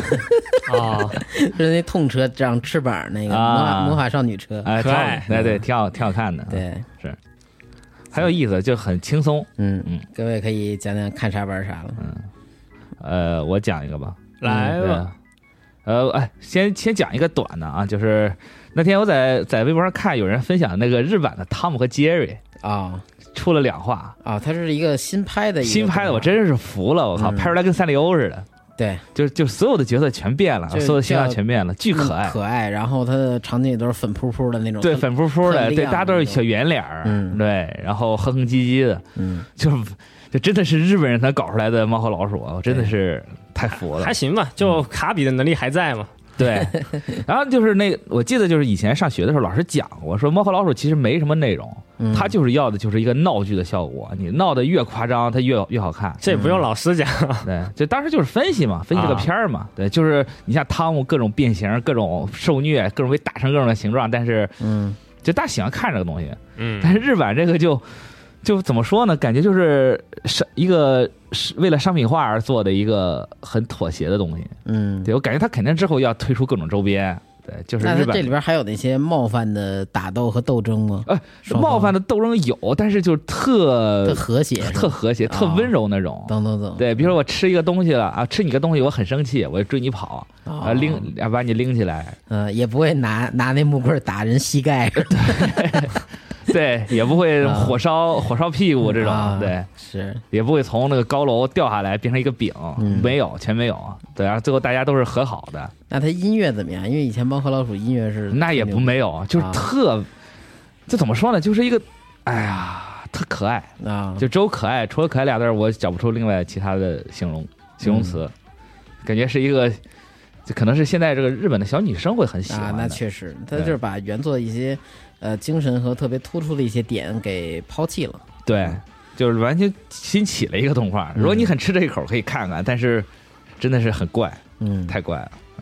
就是那痛车长翅膀那个魔法少女车， 可爱，对，挺好看的。 对， 是很有意思，就很轻松。 各位可以讲讲看啥玩啥了。我讲一个吧， 来吧。 先讲一个短的啊，就是那天我在微博上看有人分享那个日版的汤姆和杰瑞出了2话它是一个新拍的， 我真是服了，我靠，拍出来跟赛利欧似的。 对， 就所有的角色全变了，所有的形象全变了，巨可爱， 然后它的场景也都是粉扑扑的那种， 对，粉扑扑的，对，大家都是小圆脸对，然后哼哼唧唧的，就真的是日本人才搞出来的猫和老鼠我真的是太服了。 还行吧，就卡比的能力还在嘛。 对，然后就是我记得就是以前上学的时候老师讲过，说猫和老鼠其实没什么内容，它就是要的就是一个闹剧的效果，你闹得越夸张它越好看。 这也不用老师讲。 对，就当时就是分析这个片儿嘛。对，就是你像汤姆各种变形，各种受虐，各种被打成各种的形状，但是就大家喜欢看这个东西。但是日版这个就怎么说呢？感觉就是一个为了商品化而做的一个很妥协的东西。对，我感觉他肯定之后要推出各种周边。对，就是日本。 那这里边还有那些冒犯的打斗和斗争吗？ 冒犯的斗争有，但是就特和谐， 特温柔那种。 懂。 对，比如说我吃一个东西了吃你个东西，我很生气，我就追你跑，把你拎起来。 也不会拿那木棍打人膝盖。 对，也不会火烧屁股这种，对， 是， 也不会从那个高楼掉下来变成一个饼，没有，全没有。对，然后最后大家都是和好的。 那他音乐怎么样？因为以前猫和老鼠音乐是那也没有，就是这怎么说呢？就是一个，特可爱就只有可爱，除了可爱俩字我找不出另外其他的形容词，感觉是一个。就可能是现在这个日本的小女生会很喜欢那确实，他就是把原作的一些精神和特别突出的一些点给抛弃了。 对，就是完全新起了一个动画。如果你很吃这一口，可以看看，但是真的是很怪，太怪了。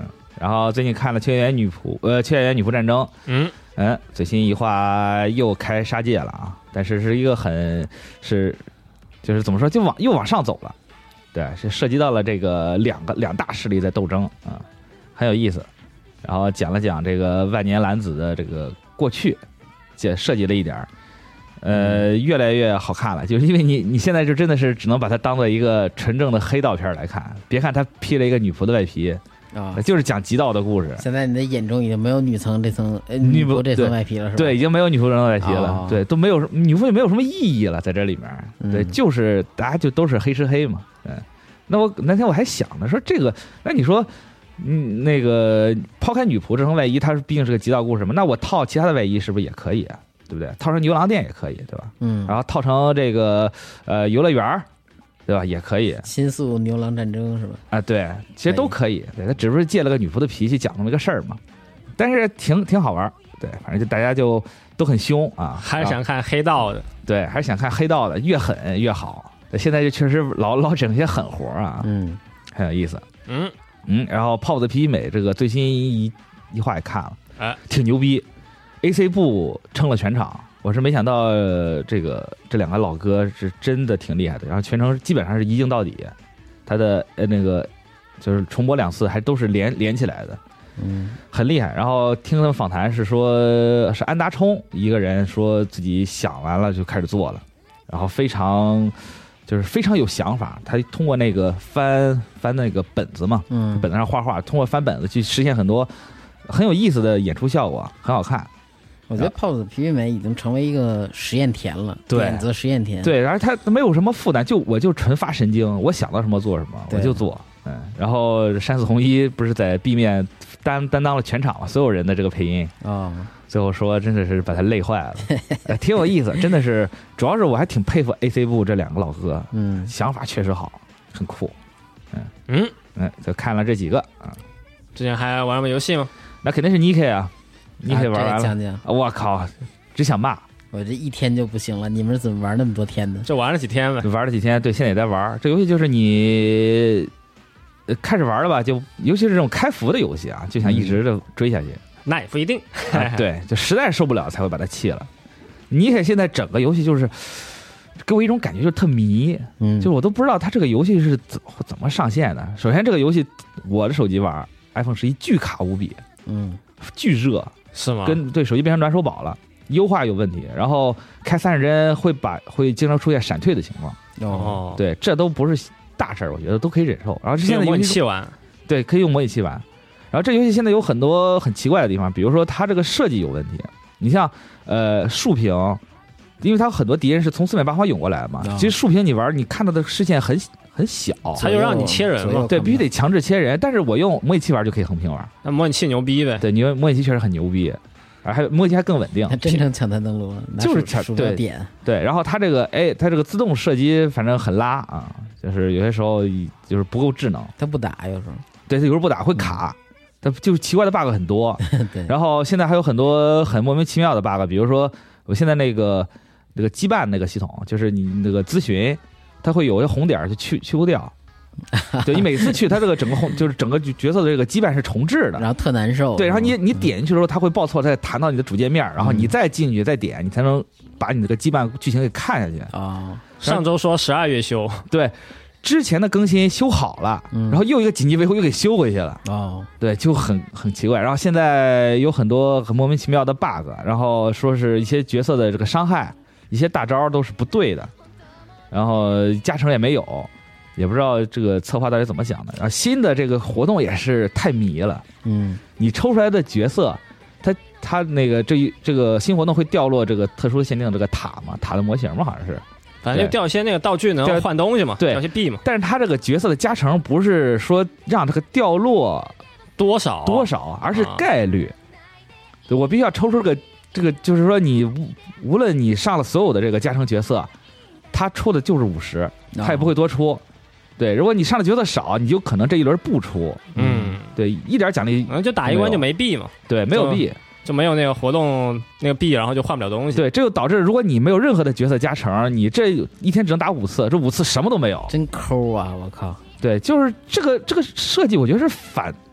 然后最近看了《缺眼女仆战争》，最新一话又开杀戒了啊，但是是一个就是怎么说，又往上走了，对，是涉及到了这个两大势力在斗争啊，很有意思。然后讲了讲这个万年蓝子的这个过去，设计了一点越来越好看了，就是因为你现在就真的是只能把它当做一个纯正的黑道片来看，别看它披了一个女仆的外皮啊，就是讲极道的故事。 现在你的眼中已经没有女仆这层外皮了，是吧？ 对，已经没有女仆这层外皮了，对，都没有女仆也没有什么意义了，在这里面，对，就是大家就都是黑吃黑嘛，对。那天我还想呢，说这个，那你说。那个抛开女仆这层外衣，它毕竟是个极道故事嘛，那我套其他的外衣是不是也可以啊？对不对？套成牛郎店也可以，对吧？然后套成这个游乐园，对吧？也可以。 新宿牛郎战争是吧？ 啊，对，其实都可以。对，他只不过借了个女仆的脾气讲那么一个事儿嘛，但是挺好玩。对，反正就大家就都很凶啊， 还是想看黑道的。 对，还是想看黑道的，越狠越好。现在就确实老整些狠活啊，很有意思。然后泡子皮美这个最新一话也看了，挺牛逼 ，AC 部撑了全场，我是没想到这两个老哥是真的挺厉害的，然后全程基本上是一镜到底，他的那个就是重播2次还都是连起来的，很厉害。然后听他们访谈是说，是安达充一个人说自己想完了就开始做了，然后非常有想法，他通过那个翻那个本子嘛，本子上画画，通过翻本子去实现很多很有意思的演出效果，很好看。 我觉得泡子皮皮美已经成为一个实验田了，点子实验田。 对，然后他没有什么负担，我就纯发神经，我想到什么做什么，我就做。然后山寺弘一不是在 B 面担当了全场嘛，所有人的这个配音啊。最后说真的是把他累坏了，挺有意思，真的是，主要是我还挺佩服 AC 部这两个老哥，想法确实好，很酷，就看了这几个啊。 之前还玩什么游戏吗？ 那肯定是 Nikkei 啊，Nikkei 玩完了， 讲讲。 我靠，只想骂。 我这一天就不行了，你们怎么玩那么多天呢？ 就玩了几天呗。 玩了几天，对，现在也在玩。这游戏就是你开始玩了吧，就尤其是这种开服的游戏啊，就想一直的追下去。 那也不一定， 对，就实在受不了才会把它弃了。你看现在整个游戏就是给我一种感觉，就是特迷，就是我都不知道它这个游戏是怎么上线的。首先，这个游戏我的手机玩 iPhone 11巨卡无比，巨热， 是吗？ 对，手机变成暖手宝了，优化有问题，然后开30帧会经常出现闪退的情况。对，这都不是大事儿，我觉得都可以忍受。然后现在模拟器玩， 对，可以用模拟器玩。然后这游戏现在有很多很奇怪的地方，比如说它这个设计有问题。你像竖屏，因为它很多敌人是从四面八方涌过来的嘛，其实竖屏你玩你看到的视线很小， 它就让你切人嘛， 对，必须得强制切人。但是我用模拟器玩就可以横屏玩， 那模拟器牛逼呗？ 对，你模拟器确实很牛逼，还模拟器还更稳定。 它真正抢滩登陆了， 就是鼠标点。 对，然后它这个自动射击反正很拉啊，就是有些时候就是不够智能， 它不打有时候， 对，它有时候不打会卡。它就奇怪的 bug 很多， 对。 然后现在还有很多很莫名其妙的 bug， 比如说我现在那个羁绊那个系统，就是你那个咨询，它会有一些红点就去不掉，对，你每次去它这个整个就是整个角色的这个羁绊是重置的， 然后特难受。 对，然后你点进去的时候，它会报错，再弹到你的主界面，然后你再进去再点，你才能把你这个羁绊剧情给看下去啊。 上周说12月修， 对。之前的更新修好了，然后又一个紧急维护又给修回去了。对，就很奇怪。然后现在有很多很莫名其妙的 bug， 然后说是一些角色的这个伤害，一些大招都是不对的，然后加成也没有，也不知道这个策划到底怎么想的。然后新的这个活动也是太迷了。你抽出来的角色，它那个这个新活动会掉落这个特殊限定这个塔的模型嘛，好像是。 反正就掉些那个道具能换东西嘛， 对， 掉些币嘛。 但是它这个角色的加成不是说让这个掉落多少， 而是概率。对，我必须要抽出这个，就是说你无论你上了所有的这个加成角色，它出的就是50，它也不会多出。对，如果你上的角色少，你就可能这一轮不出。对，一点奖励就打一关就没币嘛。 对，没有币。 就没有那个活动那个币，然后就换不了东西。 对，这就导致如果你没有任何的角色加成，你这一天只能打5次，这5次什么都没有， 真抠啊！我靠。 对，就是这个设计，我觉得是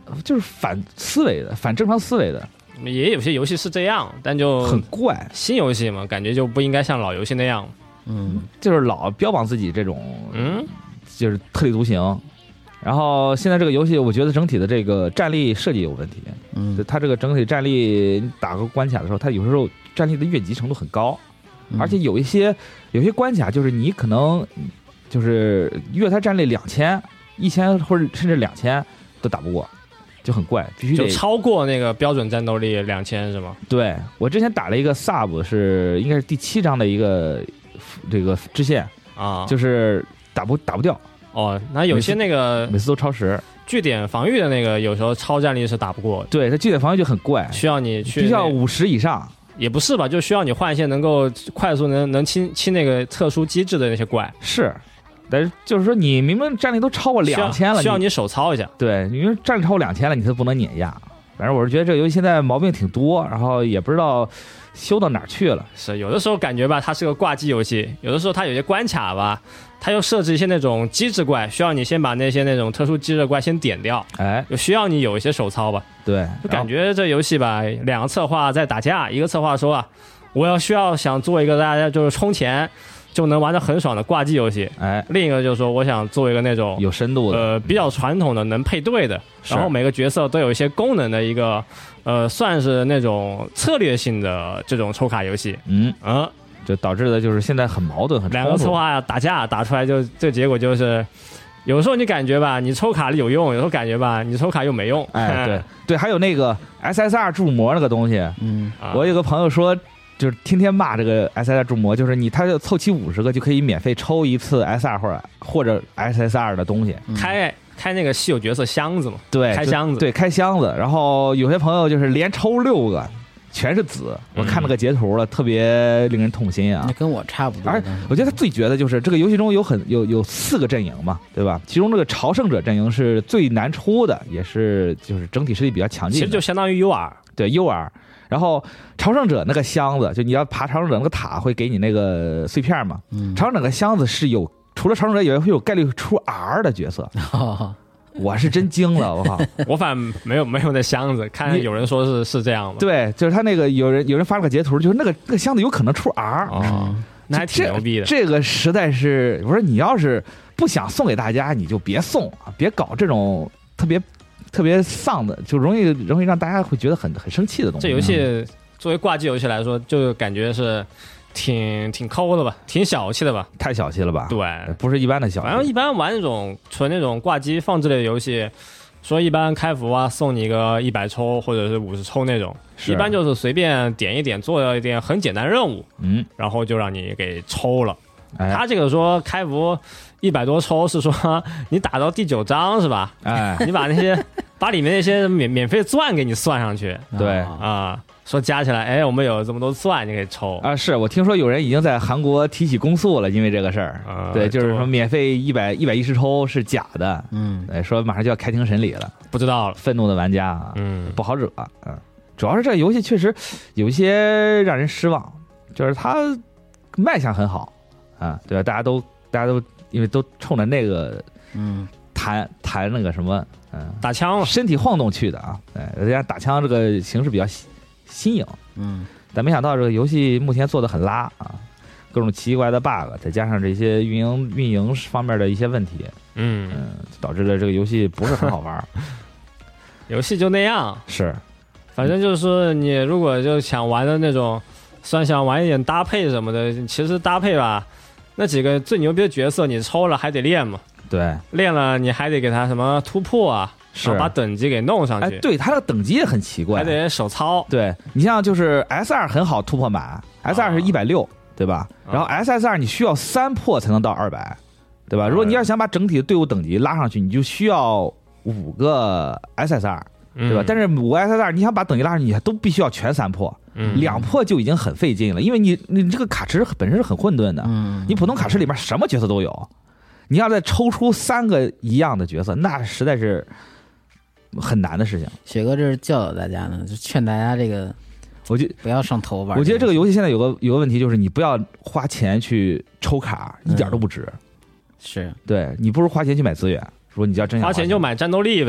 就是反思维的，反正常思维的。 也有些游戏是这样，但就很怪。 新游戏嘛，感觉就不应该像老游戏那样。 就是老标榜自己这种，就是特立独行。然后现在这个游戏，我觉得整体的这个战力设计有问题。它这个整体战力打个关卡的时候，它有时候战力的越级程度很高，而且有些关卡就是你可能就是越它战力2000、1000或者甚至2000都打不过。就很怪，必须得就超过那个标准战斗力2000是吗？ 对，我之前打了一个 sub， 应该是第7章的一个这个支线啊， 就是打不掉。 哦，那有些那个每次都超时， 据点防御的那个有时候超战力是打不过的。 对，它据点防御就很怪， 需要你去必须要50以上。 也不是吧，就需要你换一些能够快速能清那个特殊机制的那些怪。 是。但是就是说，你明明战力都超过2000了， 需要你手操一下。 对，你说战力超过2000了，你才不能碾压。反正我是觉得这个游戏现在毛病挺多，然后也不知道修到哪儿去了。 是有的时候感觉吧，它是个挂机游戏；有的时候它有些关卡吧，它又设置一些那种机制怪，需要你先把那些那种特殊机制怪先点掉。就需要你有一些手操吧。 对， 就感觉这游戏吧，2个策划在打架，一个策划说啊，我需要想做一个大家就是充钱就能玩得很爽的挂机游戏，另一个就是说我想做一个那种有深度的， 比较传统的能配对的，然后每个角色都有一些功能的一个，算是那种策略性的这种抽卡游戏， 就导致的就是现在很矛盾，很两个策划打架打出来就这结果就是，有时候你感觉吧，你抽卡有用，有时候感觉吧，你抽卡又没用， 对，还有那个 SSR 铸模那个东西，我有个朋友说。就是天天骂这个 SSR 铸模，就是他就凑齐50个就可以免费抽一次 SR 或者 SSR 的东西， 开那个稀有角色箱子嘛， 对， 开箱子， 对，开箱子。然后有些朋友就是连抽6个，全是紫，我看了个截图了，特别令人痛心啊。 那跟我差不多。 而我觉得他最绝的就是这个游戏中有4个阵营嘛，对吧？其中这个朝圣者阵营是最难出的，也是就是整体实力比较强劲的， 其实就相当于 UR， 对 UR。然后朝圣者那个箱子，就你要爬朝圣者那个塔，会给你那个碎片嘛。朝圣者那个箱子是除了朝圣者也会有概率出 R 的角色。我是真惊了，我靠！ 我反正没有那箱子，看有人说是这样吗？ 对，就是他那个有人发了个截图，就是那个箱子有可能出 R。 那还挺牛逼的。 这个实在是，我说你要是不想送给大家，你就别送啊，别搞这种特别丧的，就容易让大家会觉得很生气的东西。 这游戏作为挂机游戏来说，就感觉是挺抠的吧，挺小气的吧？ 太小气了吧？ 对， 不是一般的小气。 反正一般玩那种纯那种挂机放置类的游戏，说一般开服啊，送你个100抽或者是50抽那种，一般就是随便点一点，做一点很简单任务，然后就让你给抽了。他这个说开服100多抽是说你打到第9章是吧？你把里面那些免费钻给你算上去， 对啊，说加起来，我们有这么多钻你可以抽啊。是我听说有人已经在韩国提起公诉了，因为这个事儿，对，就是说免费110抽是假的，说马上就要开庭审理了， 不知道了， 愤怒的玩家啊，不好惹，主要是这个游戏确实有一些让人失望，就是它卖相很好。对吧？大家都因为都冲着那个弹那个什么打枪了， 身体晃动去的啊！人家打枪这个形式比较新颖，但没想到这个游戏目前做的很拉啊，各种奇怪的 bug， 再加上这些运营方面的一些问题，导致了这个游戏不是很好玩。 游戏就那样， 是， 反正就是说你如果就想玩的那种，算想玩一点搭配什么的，其实搭配吧。那几个最牛逼的角色，你抽了还得练嘛？ 对， 练了你还得给他什么突破啊， 是把等级给弄上去。 对，他的等级也很奇怪， 还得手操。 对你像就是 S2 很好突破满，S2 是160，对吧？然后 SSR 你需要3破才能到200，对吧？如果你要想把整体的队伍等级拉上去，你就需要5个 SSR，对吧？但是5个 SSR 你想把等级拉上去，你都必须要全3破。2破就已经很费劲了，因为你这个卡池本身是很混沌的，你普通卡池里面什么角色都有，你要再抽出3个一样的角色，那实在是很难的事情。 雪哥这是教导大家呢，就劝大家这个，我就不要上头玩。 我觉得这个游戏现在有个问题，就是你不要花钱去抽卡，一点都不值。 是， 对，你不如花钱去买资源。如果你要真想花钱就买战斗力呗。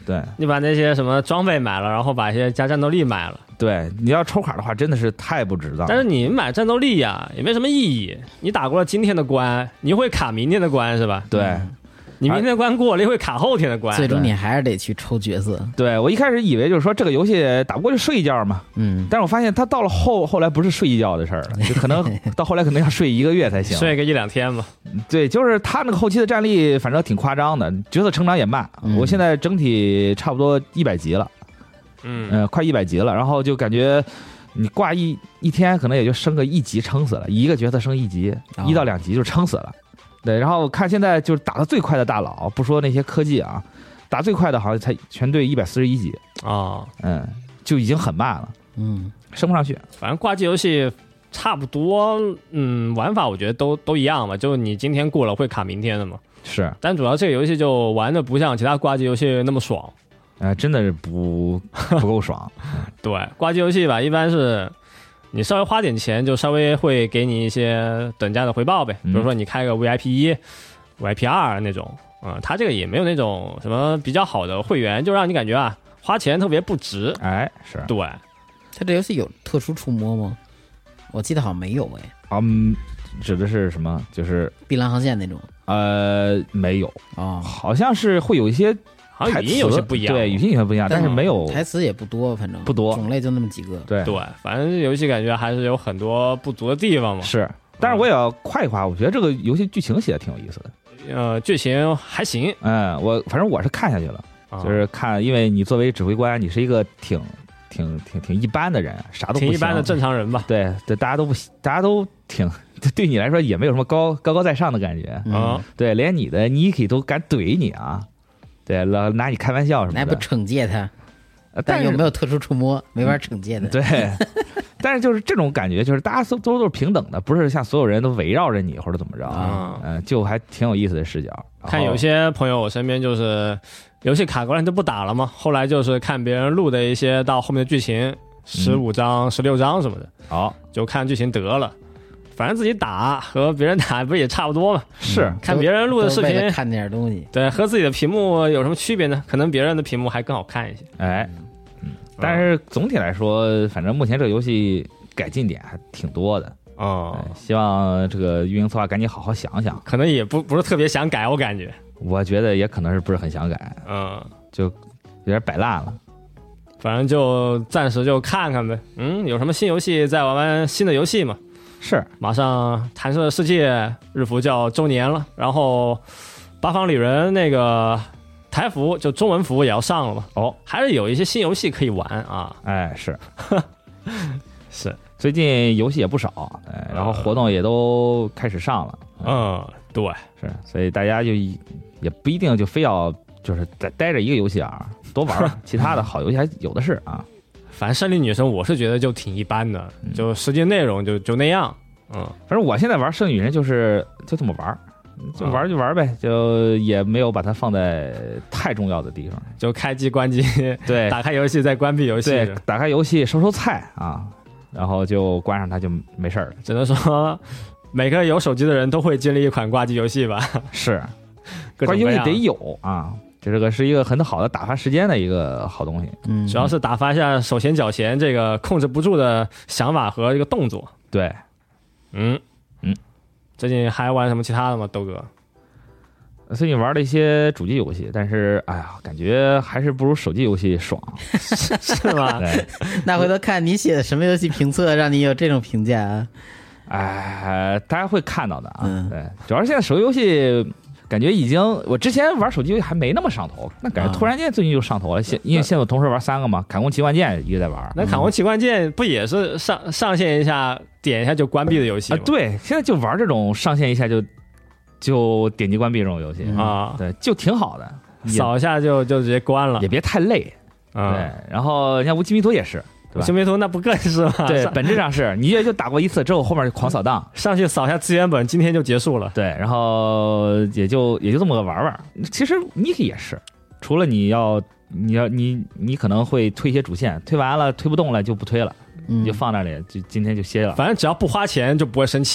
对， 你把那些什么装备买了，然后把一些加战斗力买了。 对，你要抽卡的话，真的是太不值当。 但是你买战斗力呀，也没什么意义。你打过了今天的关，你会卡明天的关是吧？ 对。 你明天的关过了，会卡后天的关。 最终你还是得去抽角色。 对，我一开始以为就是说这个游戏打不过就睡一觉嘛，但是我发现他到了后来不是睡一觉的事儿了，就可能到后来可能要睡1个月才行， 睡个1-2天吧。 对，就是他那个后期的战力反正挺夸张的，角色成长也慢。我现在整体差不多100级了，快100级了，然后就感觉你挂一天可能也就升个1级撑死了，一个角色升1级，1到2级就撑死了。对，然后看现在就是打得最快的大佬，不说那些科技啊，打最快的好像才全队141级啊， 就已经很慢了，升不上去。 反正挂机游戏差不多，玩法我觉得都一样嘛，就是你今天过了会卡明天的嘛。 是， 但主要这个游戏就玩的不像其他挂机游戏那么爽， 真的是不够爽。 对，挂机游戏吧，一般是。你稍微花点钱，就稍微会给你一些等价的回报呗。比如说你开个 VIP1、VIP2 那种，它这个也没有那种什么比较好的会员，就让你感觉啊，花钱特别不值。 是。 对， 它这游戏有特殊触摸吗？我记得好像没有指的是什么？就是碧蓝航线那种？ 没有好像是会有一些。 好像语音有些不一样， 对，语音有些不一样，但是没有台词也不多，反正不多， 种类就那么几个。 对， 反正游戏感觉还是有很多不足的地方嘛。 是，但是我也要夸一夸，我觉得这个游戏剧情写的挺有意思的。 剧情还行。 反正我是看下去了，就是看，因为你作为指挥官，你是一个挺一般的人，啥都不行， 挺一般的正常人吧。 对，大家都挺，对你来说也没有什么高在上的感觉。对，连你的 Niki 都敢怼你啊。对，老拿你开玩笑什么的， 那不惩戒他，但又没有特殊触摸，没法惩戒他。 对，但是就是这种感觉，就是大家都是平等的，不是像所有人都围绕着你或者怎么着就还挺有意思的视角。 看有些朋友我身边就是游戏卡过来就不打了嘛，后来就是看别人录的一些到后面的剧情，15章、16章什么的，就看剧情得了。反正自己打和别人打不是也差不多嘛？ 是， 看别人录的视频， 看点东西。 对，和自己的屏幕有什么区别呢？可能别人的屏幕还更好看一些。 但是总体来说，反正目前这个游戏改进点还挺多的。希望这个运营策划赶紧好好想想。 可能也不是特别想改，我感觉。 我觉得也可能是不是很想改。就有点摆烂了。 反正就暂时就看看呗。有什么新游戏再玩新的游戏嘛。 是， 马上弹射世界日服就要周年了，然后八方旅人那个台服就中文服也要上了嘛。还是有一些新游戏可以玩啊。 是是， 最近游戏也不少，然后活动也都开始上了。 对， 是，所以大家就也不一定就非要就是待着一个游戏啊，多玩其他的好游戏还有的是啊。 反正胜利女神我是觉得就挺一般的，就实际内容就那样。 反正我现在玩胜利女神就这么玩，就玩呗，就也没有把它放在太重要的地方， 就开机关机， 对， 打开游戏再关闭游戏， 对，打开游戏收菜啊，然后就关上它就没事了。 只能说每个有手机的人都会经历一款挂机游戏吧。 是，挂机游戏得有啊。这个是一个很好的打发时间的一个好东西， 主要是打发一下手闲脚闲这个控制不住的想法和这个动作。 对， 最近还玩什么其他的吗，豆哥？ 最近玩了一些主机游戏，但是感觉还是不如手机游戏爽， 是吗？ 那回头看你写的什么游戏评测，让你有这种评价啊？大家会看到的啊。对，主要是现在手机游戏。感觉已经，我之前玩手机游戏还没那么上头，那感觉突然间最近就上头了。因为现在我同时玩3个嘛，砍工奇幻剑一个在玩。 那砍工奇幻剑不也是上线一下点一下就关闭的游戏吗？ 对，现在就玩这种上线一下就点击关闭这种游戏对，就挺好的， 扫一下就直接关了， 也别太累。对，然后你看无极迷途也是。 新迷途那不更是吗？ 对，本质上是你也就打过一次之后，后面就狂扫荡， 上去扫一下资源本，今天就结束了。 对，然后也就这么个玩玩。其实 Niki 也是，除了你可能会推一些主线，推完了推不动了就不推了，你就放那里，就今天就歇了。 反正只要不花钱就不会生气。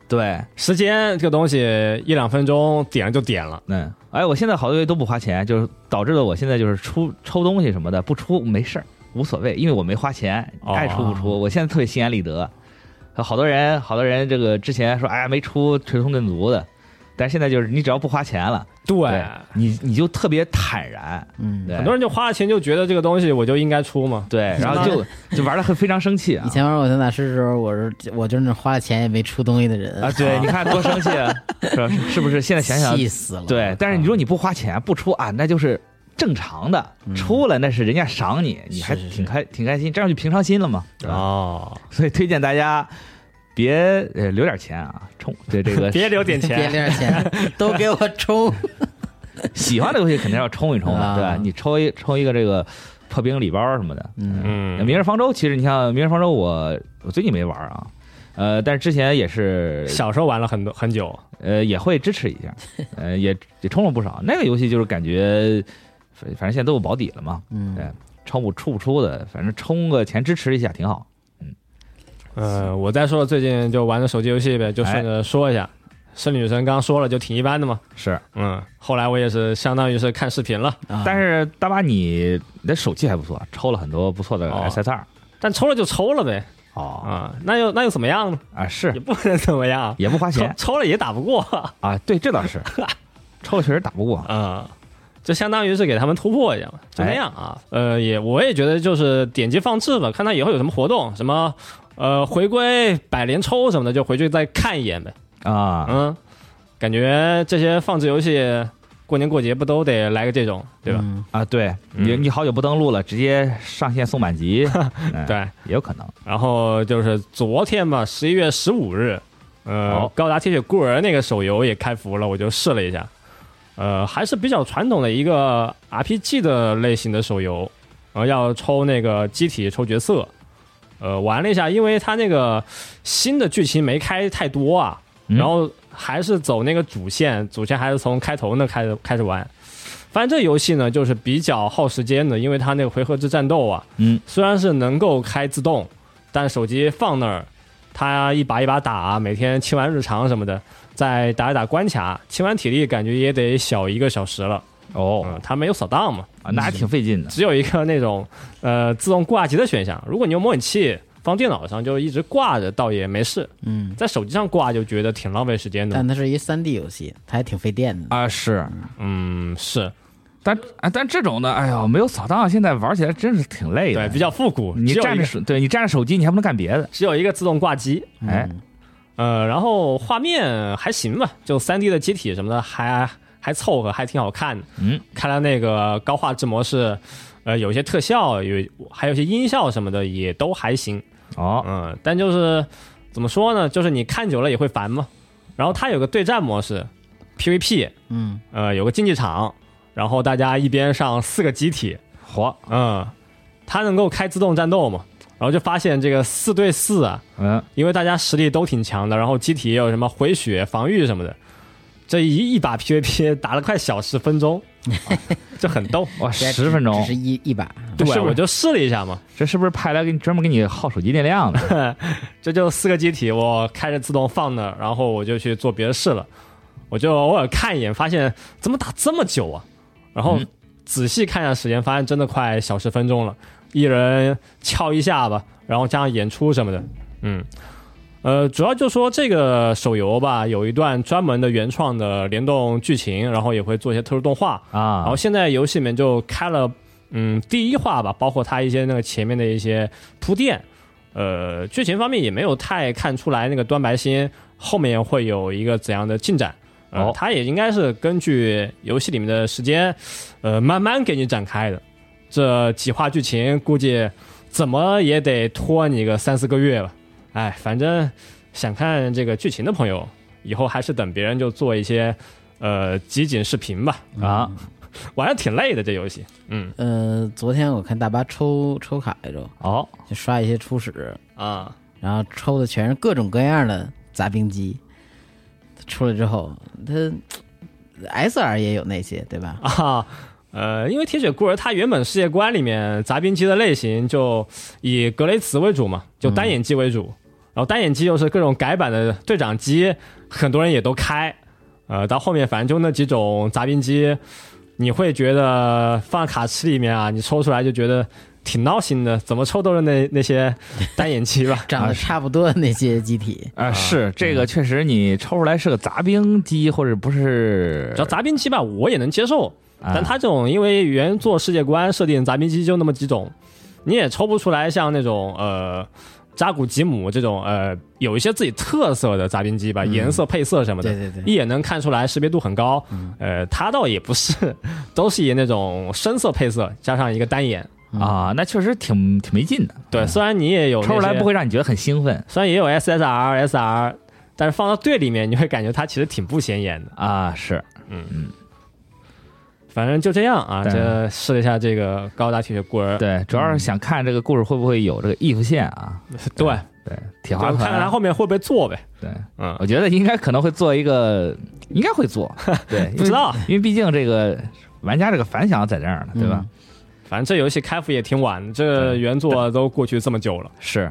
对， 时间这个东西1-2分钟点了就点了。 我现在好多东西都不花钱，就是导致了我现在就是抽东西什么的不出没事儿，无所谓，因为我没花钱，爱出不出。我现在特别心安理得。好多人这个之前说没出捶胸顿足的，但是现在就是你只要不花钱了，对你就特别坦然。 很多人就花了钱就觉得这个东西我就应该出嘛， 对，然后就玩得非常生气啊。 以前玩我想打师的时候，我就是那花了钱也没出东西的人啊。对，你看多生气啊，是不是？现在想想气死了。 对，但是你说你不花钱不出啊，那就是正常的，出了那是人家赏你，你还挺开心，这样就平常心了嘛。所以推荐大家别留点钱啊，充这个别留点钱， 别留点钱，都给我充。 喜欢的游戏肯定要充一充的，对吧？你抽一个这个破冰礼包什么的。明日方舟其实你像明日方舟我最近没玩啊，但是之前也是小时候玩了很久， 也会支持一下，也充了不少。那个游戏就是感觉。反正现在都有保底了嘛，对，出不出的，反正充个钱支持一下挺好。 我再说最近就玩的手机游戏呗，就顺着说一下。圣女神刚说了就挺一般的嘛， 是， 后来我也是相当于是看视频了， 但是大巴你的手气还不错，抽了很多不错的 SSR， 但抽了就抽了呗。那又怎么样呢？ 是也不能怎么样， 也不花钱， 抽了也打不过啊。对，这倒是，抽了确实打不过就相当于是给他们突破一样，就那样啊。我也觉得就是点击放置吧，看他以后有什么活动，什么回归百连抽什么的，就回去再看一眼呗。感觉这些放置游戏过年过节不都得来个这种，对吧？ 对，你好久不登录了，直接上线送满级， 对， 也有可能。 然后就是昨天吧，11月15日，高达铁血孤儿那个手游也开服了，我就试了一下。还是比较传统的一个 RPG 的类型的手游，要抽那个机体抽角色，玩了一下，因为它那个新的剧情没开太多啊，然后还是走那个主线还是从开头呢开始玩。反正这游戏呢就是比较耗时间的，因为它那个回合制战斗啊，虽然是能够开自动，但手机放那儿，它一把一把打，每天清完日常什么的。再打一打关卡，清完体力感觉也得小1个小时了。它没有扫荡嘛， 那还挺费劲的。 只有一个那种自动挂机的选项，如果你用模拟器放电脑上就一直挂着，倒也没事。在手机上挂就觉得挺浪费时间的。 但它是一 3D 游戏，它还挺费电的啊。是， 是。 但这种的，没有扫荡，现在玩起来真是挺累的。 对，比较复古。 你站着手机，你还不能干别的。 只有一个自动挂机。然后画面还行吧，就 3D 的机体什么的还凑合，还挺好看的。看来那个高画质模式，有些特效，还有些音效什么的也都还行。但就是怎么说呢，就是你看久了也会烦嘛。然后它有个对战模式 ，PVP，有个竞技场，然后大家一边上4个机体，它能够开自动战斗嘛。然后就发现这个4对4啊，因为大家实力都挺强的，然后机体也有什么回血、防御什么的，这一把 PVP 打了快小10分钟，就很逗。 哇，10分钟只是一把， 对，我就试了一下嘛。 这是不是派来专门给你耗手机电量的？ 这就4个机体，我开着自动放那，然后我就去做别的事了。我就偶尔看一眼，发现怎么打这么久啊？然后仔细看一下时间，发现真的快小10分钟了。一人敲一下吧，然后加上演出什么的，主要就说这个手游吧，有一段专门的原创的联动剧情，然后也会做一些特殊动画然后现在游戏里面就开了第1话吧，包括它一些那个前面的一些铺垫，剧情方面也没有太看出来那个端白星后面会有一个怎样的进展，它也应该是根据游戏里面的时间，慢慢给你展开的。这几话剧情估计怎么也得拖你个3-4个月吧。反正想看这个剧情的朋友，以后还是等别人就做一些集锦视频吧。玩的挺累的这游戏。 昨天我看大巴抽卡来着，就刷一些初始然后抽的全是各种各样的杂兵机，出来之后它 SR 也有那些对吧？ 因为铁血孤儿它原本世界观里面杂兵机的类型就以格雷茨为主嘛，就单眼机为主， 然后单眼机又是各种改版的对讲机，很多人也都开。到后面反正就那几种杂兵机，你会觉得放卡池里面啊，你抽出来就觉得挺闹心的，怎么抽都是那些单眼机吧， 长得差不多那些机体是这个确实你抽出来是个杂兵机或者不是， 只要杂兵机吧我也能接受，但它这种因为原作世界观设定杂兵机就那么几种，你也抽不出来像那种扎古吉姆这种有一些自己特色的杂兵机吧，颜色配色什么的， 对， 一眼能看出来识别度很高。它倒也不是，都是以那种深色配色加上一个单眼啊，那确实挺没劲的。 对，虽然你也有抽出来不会让你觉得很兴奋， 虽然也有 SSR，但是放到队里面你会感觉它其实挺不显眼的啊。是， 反正就这样啊，这试了一下这个高达铁血孤儿。 对，主要是想看这个故事会不会有这个 if 线啊。 对， 铁花团， 看看他后面会不会做呗。 对，我觉得应该可能会做一个，应该会做。对， 不知道， 因为毕竟这个玩家这个反响在这儿呢，对吧？ 反正这游戏开服也挺晚，这原作都过去这么久了。 是，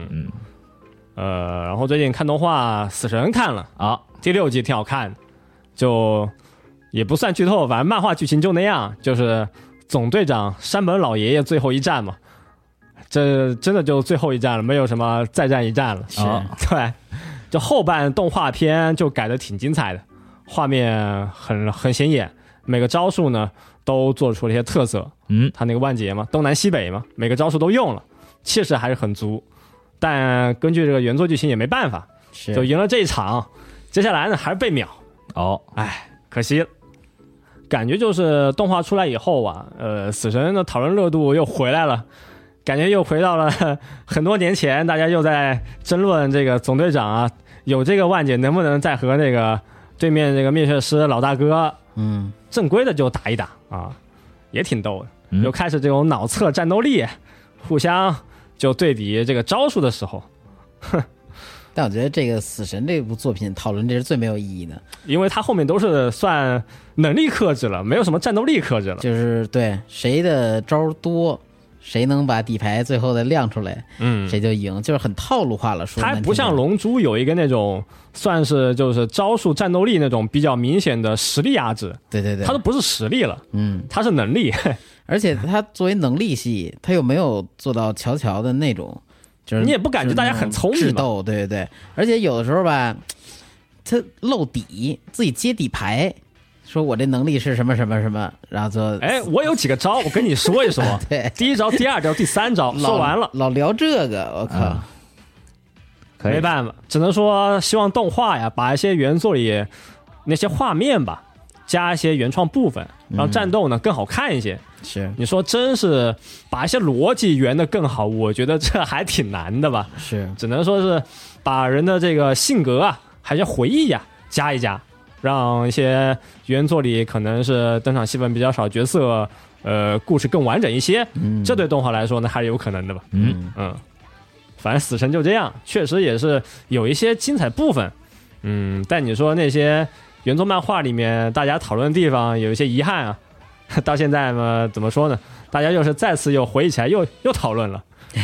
然后最近看动画《死神》看了啊，第6集挺好看的，就也不算剧透，反正漫画剧情就那样，就是总队长山本老爷爷最后一战嘛，这真的就最后一战了，没有什么再战一战了。对，就后半动画片就改得挺精彩的，画面很显眼，每个招数呢都做出了一些特色。他那个万劫嘛，东南西北嘛，每个招数都用了，气势还是很足。但根据这个原作剧情也没办法，就赢了这一场，接下来呢还是被秒。可惜了。感觉就是动画出来以后啊，死神的讨论热度又回来了，感觉又回到了很多年前，大家又在争论这个总队长啊，有这个万劫能不能再和那个对面这个灭血师老大哥，正规的就打一打啊，也挺逗的，又开始这种脑测战斗力，互相就对比这个招数的时候， 但我觉得这个死神这部作品讨论这是最没有意义的， 因为它后面都是算能力克制了，没有什么战斗力克制了， 就是对谁的招多，谁能把底牌最后的亮出来，谁就赢，就是很套路化了。说它不像龙珠有一个那种算是就是招数战斗力那种比较明显的实力压制， 对， 它都不是实力了，它是能力， 而且它作为能力系，它又没有做到乔乔的那种。就是你也不感觉大家很聪明智斗，对，而且有的时候吧，他漏底，自己接底牌，说我这能力是什么什么什么，然后就我有几个招，我跟你说一说。 对， 第一招、第二招、第三招，说完了， 老聊这个，我靠， 没办法，只能说希望动画呀，把一些原作里那些画面吧，加一些原创部分，让战斗呢更好看一些。 是， 你说真是把一些逻辑圆得更好，我觉得这还挺难的吧？ 是， 只能说是把人的这个性格啊，还有回忆呀加一加，让一些原作里可能是登场戏份比较少角色，故事更完整一些。这对动画来说呢，还是有可能的吧？反正死神就这样，确实也是有一些精彩部分。但你说那些原作漫画里面大家讨论的地方有一些遗憾啊。到现在嘛，怎么说呢？大家又是再次又回忆起来，又讨论了。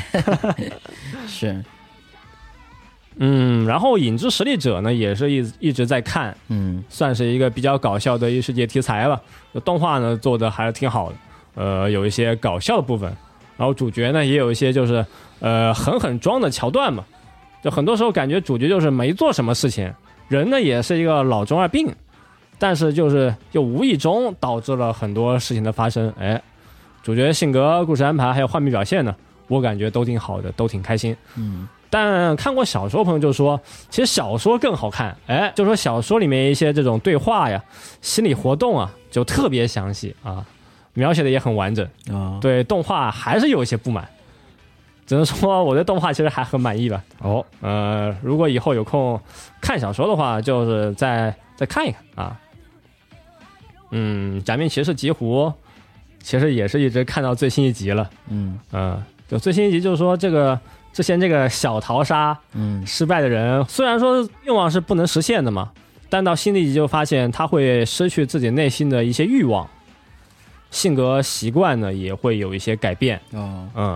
是， 然后《影之实力者》呢，也是一直在看，算是一个比较搞笑的异世界题材吧。动画呢做的还是挺好的，有一些搞笑的部分，然后主角呢也有一些就是狠装的桥段嘛。就很多时候感觉主角就是没做什么事情，人呢也是一个老中二病。但是就是又无意中导致了很多事情的发生，主角性格、故事安排还有画面表现呢，我感觉都挺好的，都挺开心。但看过小说朋友就说，其实小说更好看，就说小说里面一些这种对话呀、心理活动啊，就特别详细啊，描写的也很完整。对动画还是有一些不满，只能说我对动画其实还很满意吧。如果以后有空看小说的话，就是再看一看啊。假面骑士极狐其实也是一直看到最新一集了。就最新一集就是说这个之前这个小淘沙失败的人，虽然说愿望是不能实现的嘛，但到新的一集就发现他会失去自己内心的一些欲望，性格习惯呢也会有一些改变。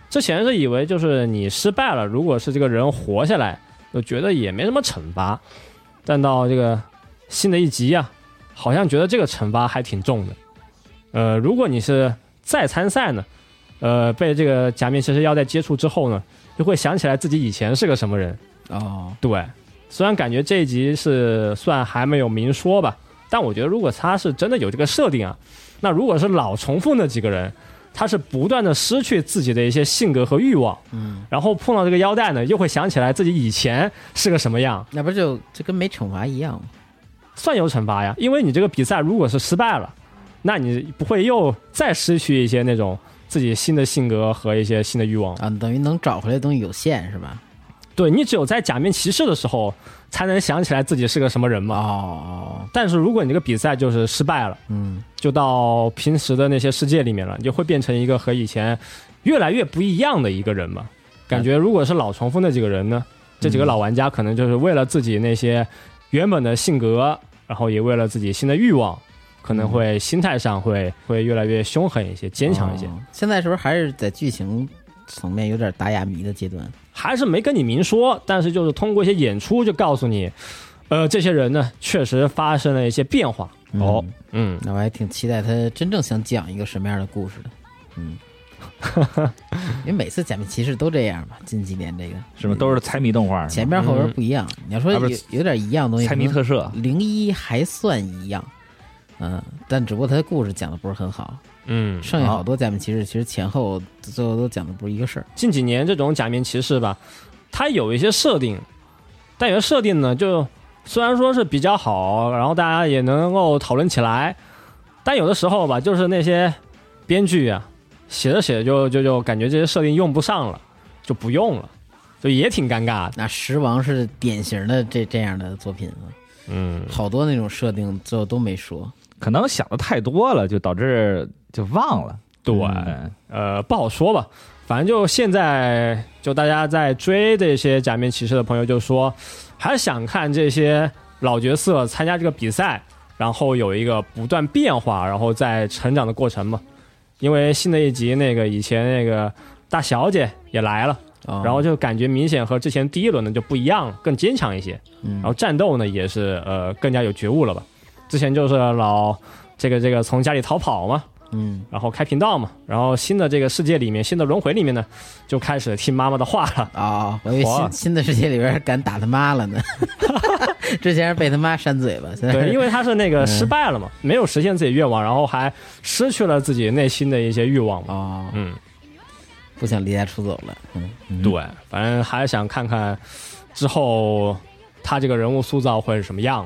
之前是以为就是你失败了，如果是这个人活下来，就觉得也没什么惩罚，但到这个新的一集啊，好像觉得这个惩罚还挺重的。如果你是再参赛呢，被这个假面骑士腰带接触之后呢，就会想起来自己以前是个什么人。 哦， 对，虽然感觉这一集是算还没有明说吧，但我觉得如果他是真的有这个设定啊，那如果是老重复那几个人，他是不断的失去自己的一些性格和欲望，然后碰到这个腰带呢，又会想起来自己以前是个什么样， 那不就跟没惩罚一样吗？ 算有惩罚呀，因为你这个比赛如果是失败了，那你不会又再失去一些那种自己新的性格和一些新的欲望啊？等于能找回来的东西有限是吧？ 对，你只有在假面骑士的时候才能想起来自己是个什么人嘛。 哦， 但是如果你这个比赛就是失败了，就到平时的那些世界里面了，你就会变成一个和以前越来越不一样的一个人嘛。感觉如果是老重复那几个人呢，这几个老玩家可能就是为了自己那些原本的性格，然后也为了自己新的欲望，可能会心态上会越来越凶狠一些，坚强一些。 现在是不是还是在剧情层面有点打哑谜的阶段？ 还是没跟你明说，但是就是通过一些演出就告诉你，这些人呢确实发生了一些变化。 那我还挺期待他真正想讲一个什么样的故事的。因为每次假面骑士都这样嘛，近几年这个是不是都是猜谜动画？ 前边后边不一样。你要说有点一样的东西， 猜谜特摄 01还算一样，但只不过他的故事讲的不是很好。剩下好多假面骑士其实前后最后都讲的不是一个事儿。 近几年这种假面骑士吧，它有一些设定，但有些设定呢，就虽然说是比较好，然后大家也能够讨论起来，但有的时候吧，就是那些编剧啊，写着写着就感觉这些设定用不上了，就不用了，就也挺尴尬的。 那狮王是典型的这样的作品好多那种设定最后都没说。 可能想的太多了，就导致就忘了。 对，不好说吧。反正就现在，就大家在追这些假面骑士的朋友就说，还是想看这些老角色参加这个比赛，然后有一个不断变化，然后再成长的过程嘛。因为新的一集那个以前那个大小姐也来了，然后就感觉明显和之前第一轮的就不一样了，更坚强一些。然后战斗呢也是更加有觉悟了吧。之前就是老这个从家里逃跑嘛，然后开频道嘛，然后新的这个世界里面，新的轮回里面呢，就开始听妈妈的话了啊！我以为新的世界里边敢打他妈了呢，之前是被他妈扇嘴巴， 对，因为他是那个失败了嘛，没有实现自己愿望，然后还失去了自己内心的一些欲望嘛， 不想离家出走了， 对，反正还是想看看之后他这个人物塑造会是什么样，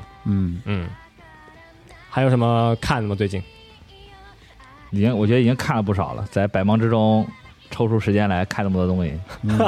还有什么看的吗？最近我觉得已经看了不少了，在百忙之中抽出时间来看那么多东西，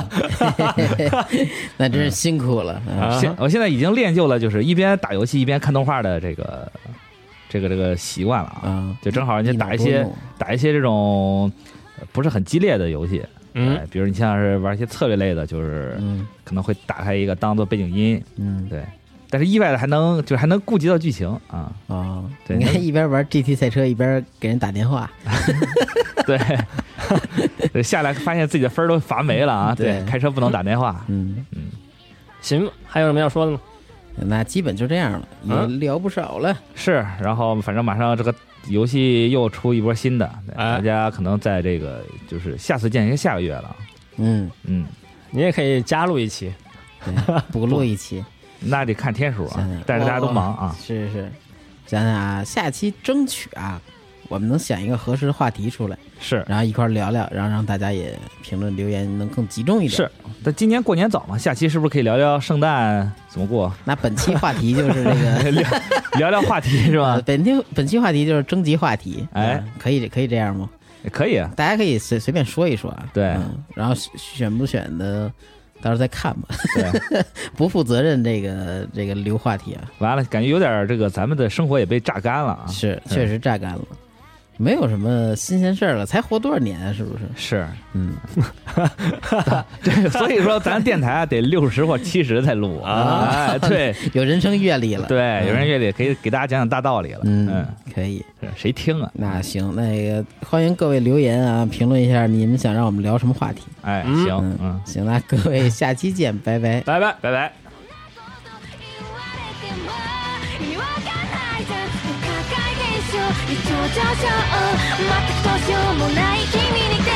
那真是辛苦了。 我现在已经练就了，就是一边打游戏一边看动画的这个习惯了啊。就正好你打一些这种不是很激烈的游戏，比如你像是玩一些策略类的，就是可能会打开一个当做背景音，对。但是意外的还能顾及到剧情啊！对， 你看一边玩 GT 赛车一边给人打电话， 对，下来发现自己的分都罚没了啊！对，开车不能打电话。 行，还有什么要说的吗？ 那基本就这样了，也聊不少了。 是，然后反正马上这个游戏又出一波新的，大家可能在这个就是下次见下个月了。 你也可以加入一期， 补录一期。 那得看天数啊，但是大家都忙啊。 是，想想啊，下期争取啊，我们能想一个合适的话题出来， 是， 然后一块聊聊，然后让大家也评论留言能更集中一点。 是，但今年过年早嘛，下期是不是可以聊聊圣诞怎么过？ 那本期话题就是这个聊聊话题是吧？ 本期话题就是征集话题，可以这样吗？ 可以啊， 大家可以随便说一说啊。 对， 然后选不选的。到时候再看吧，对，不负责任这个留话题啊， 完了，感觉有点这个咱们的生活也被榨干了啊， 是确实榨干了。 没有什么新鲜事儿了，才活多少年啊？是不是？ 是，对，所以说咱电台得60或70才录啊。对， 有人生阅历了， 对，有人生阅历可以给大家讲讲大道理了。 可以， 谁听啊？ 那行，那个欢迎各位留言啊，评论一下你们想让我们聊什么话题。 哎，行， 行，那各位下期见，拜拜， 拜拜，拜拜。 一丁上昇全くどうしようもない君に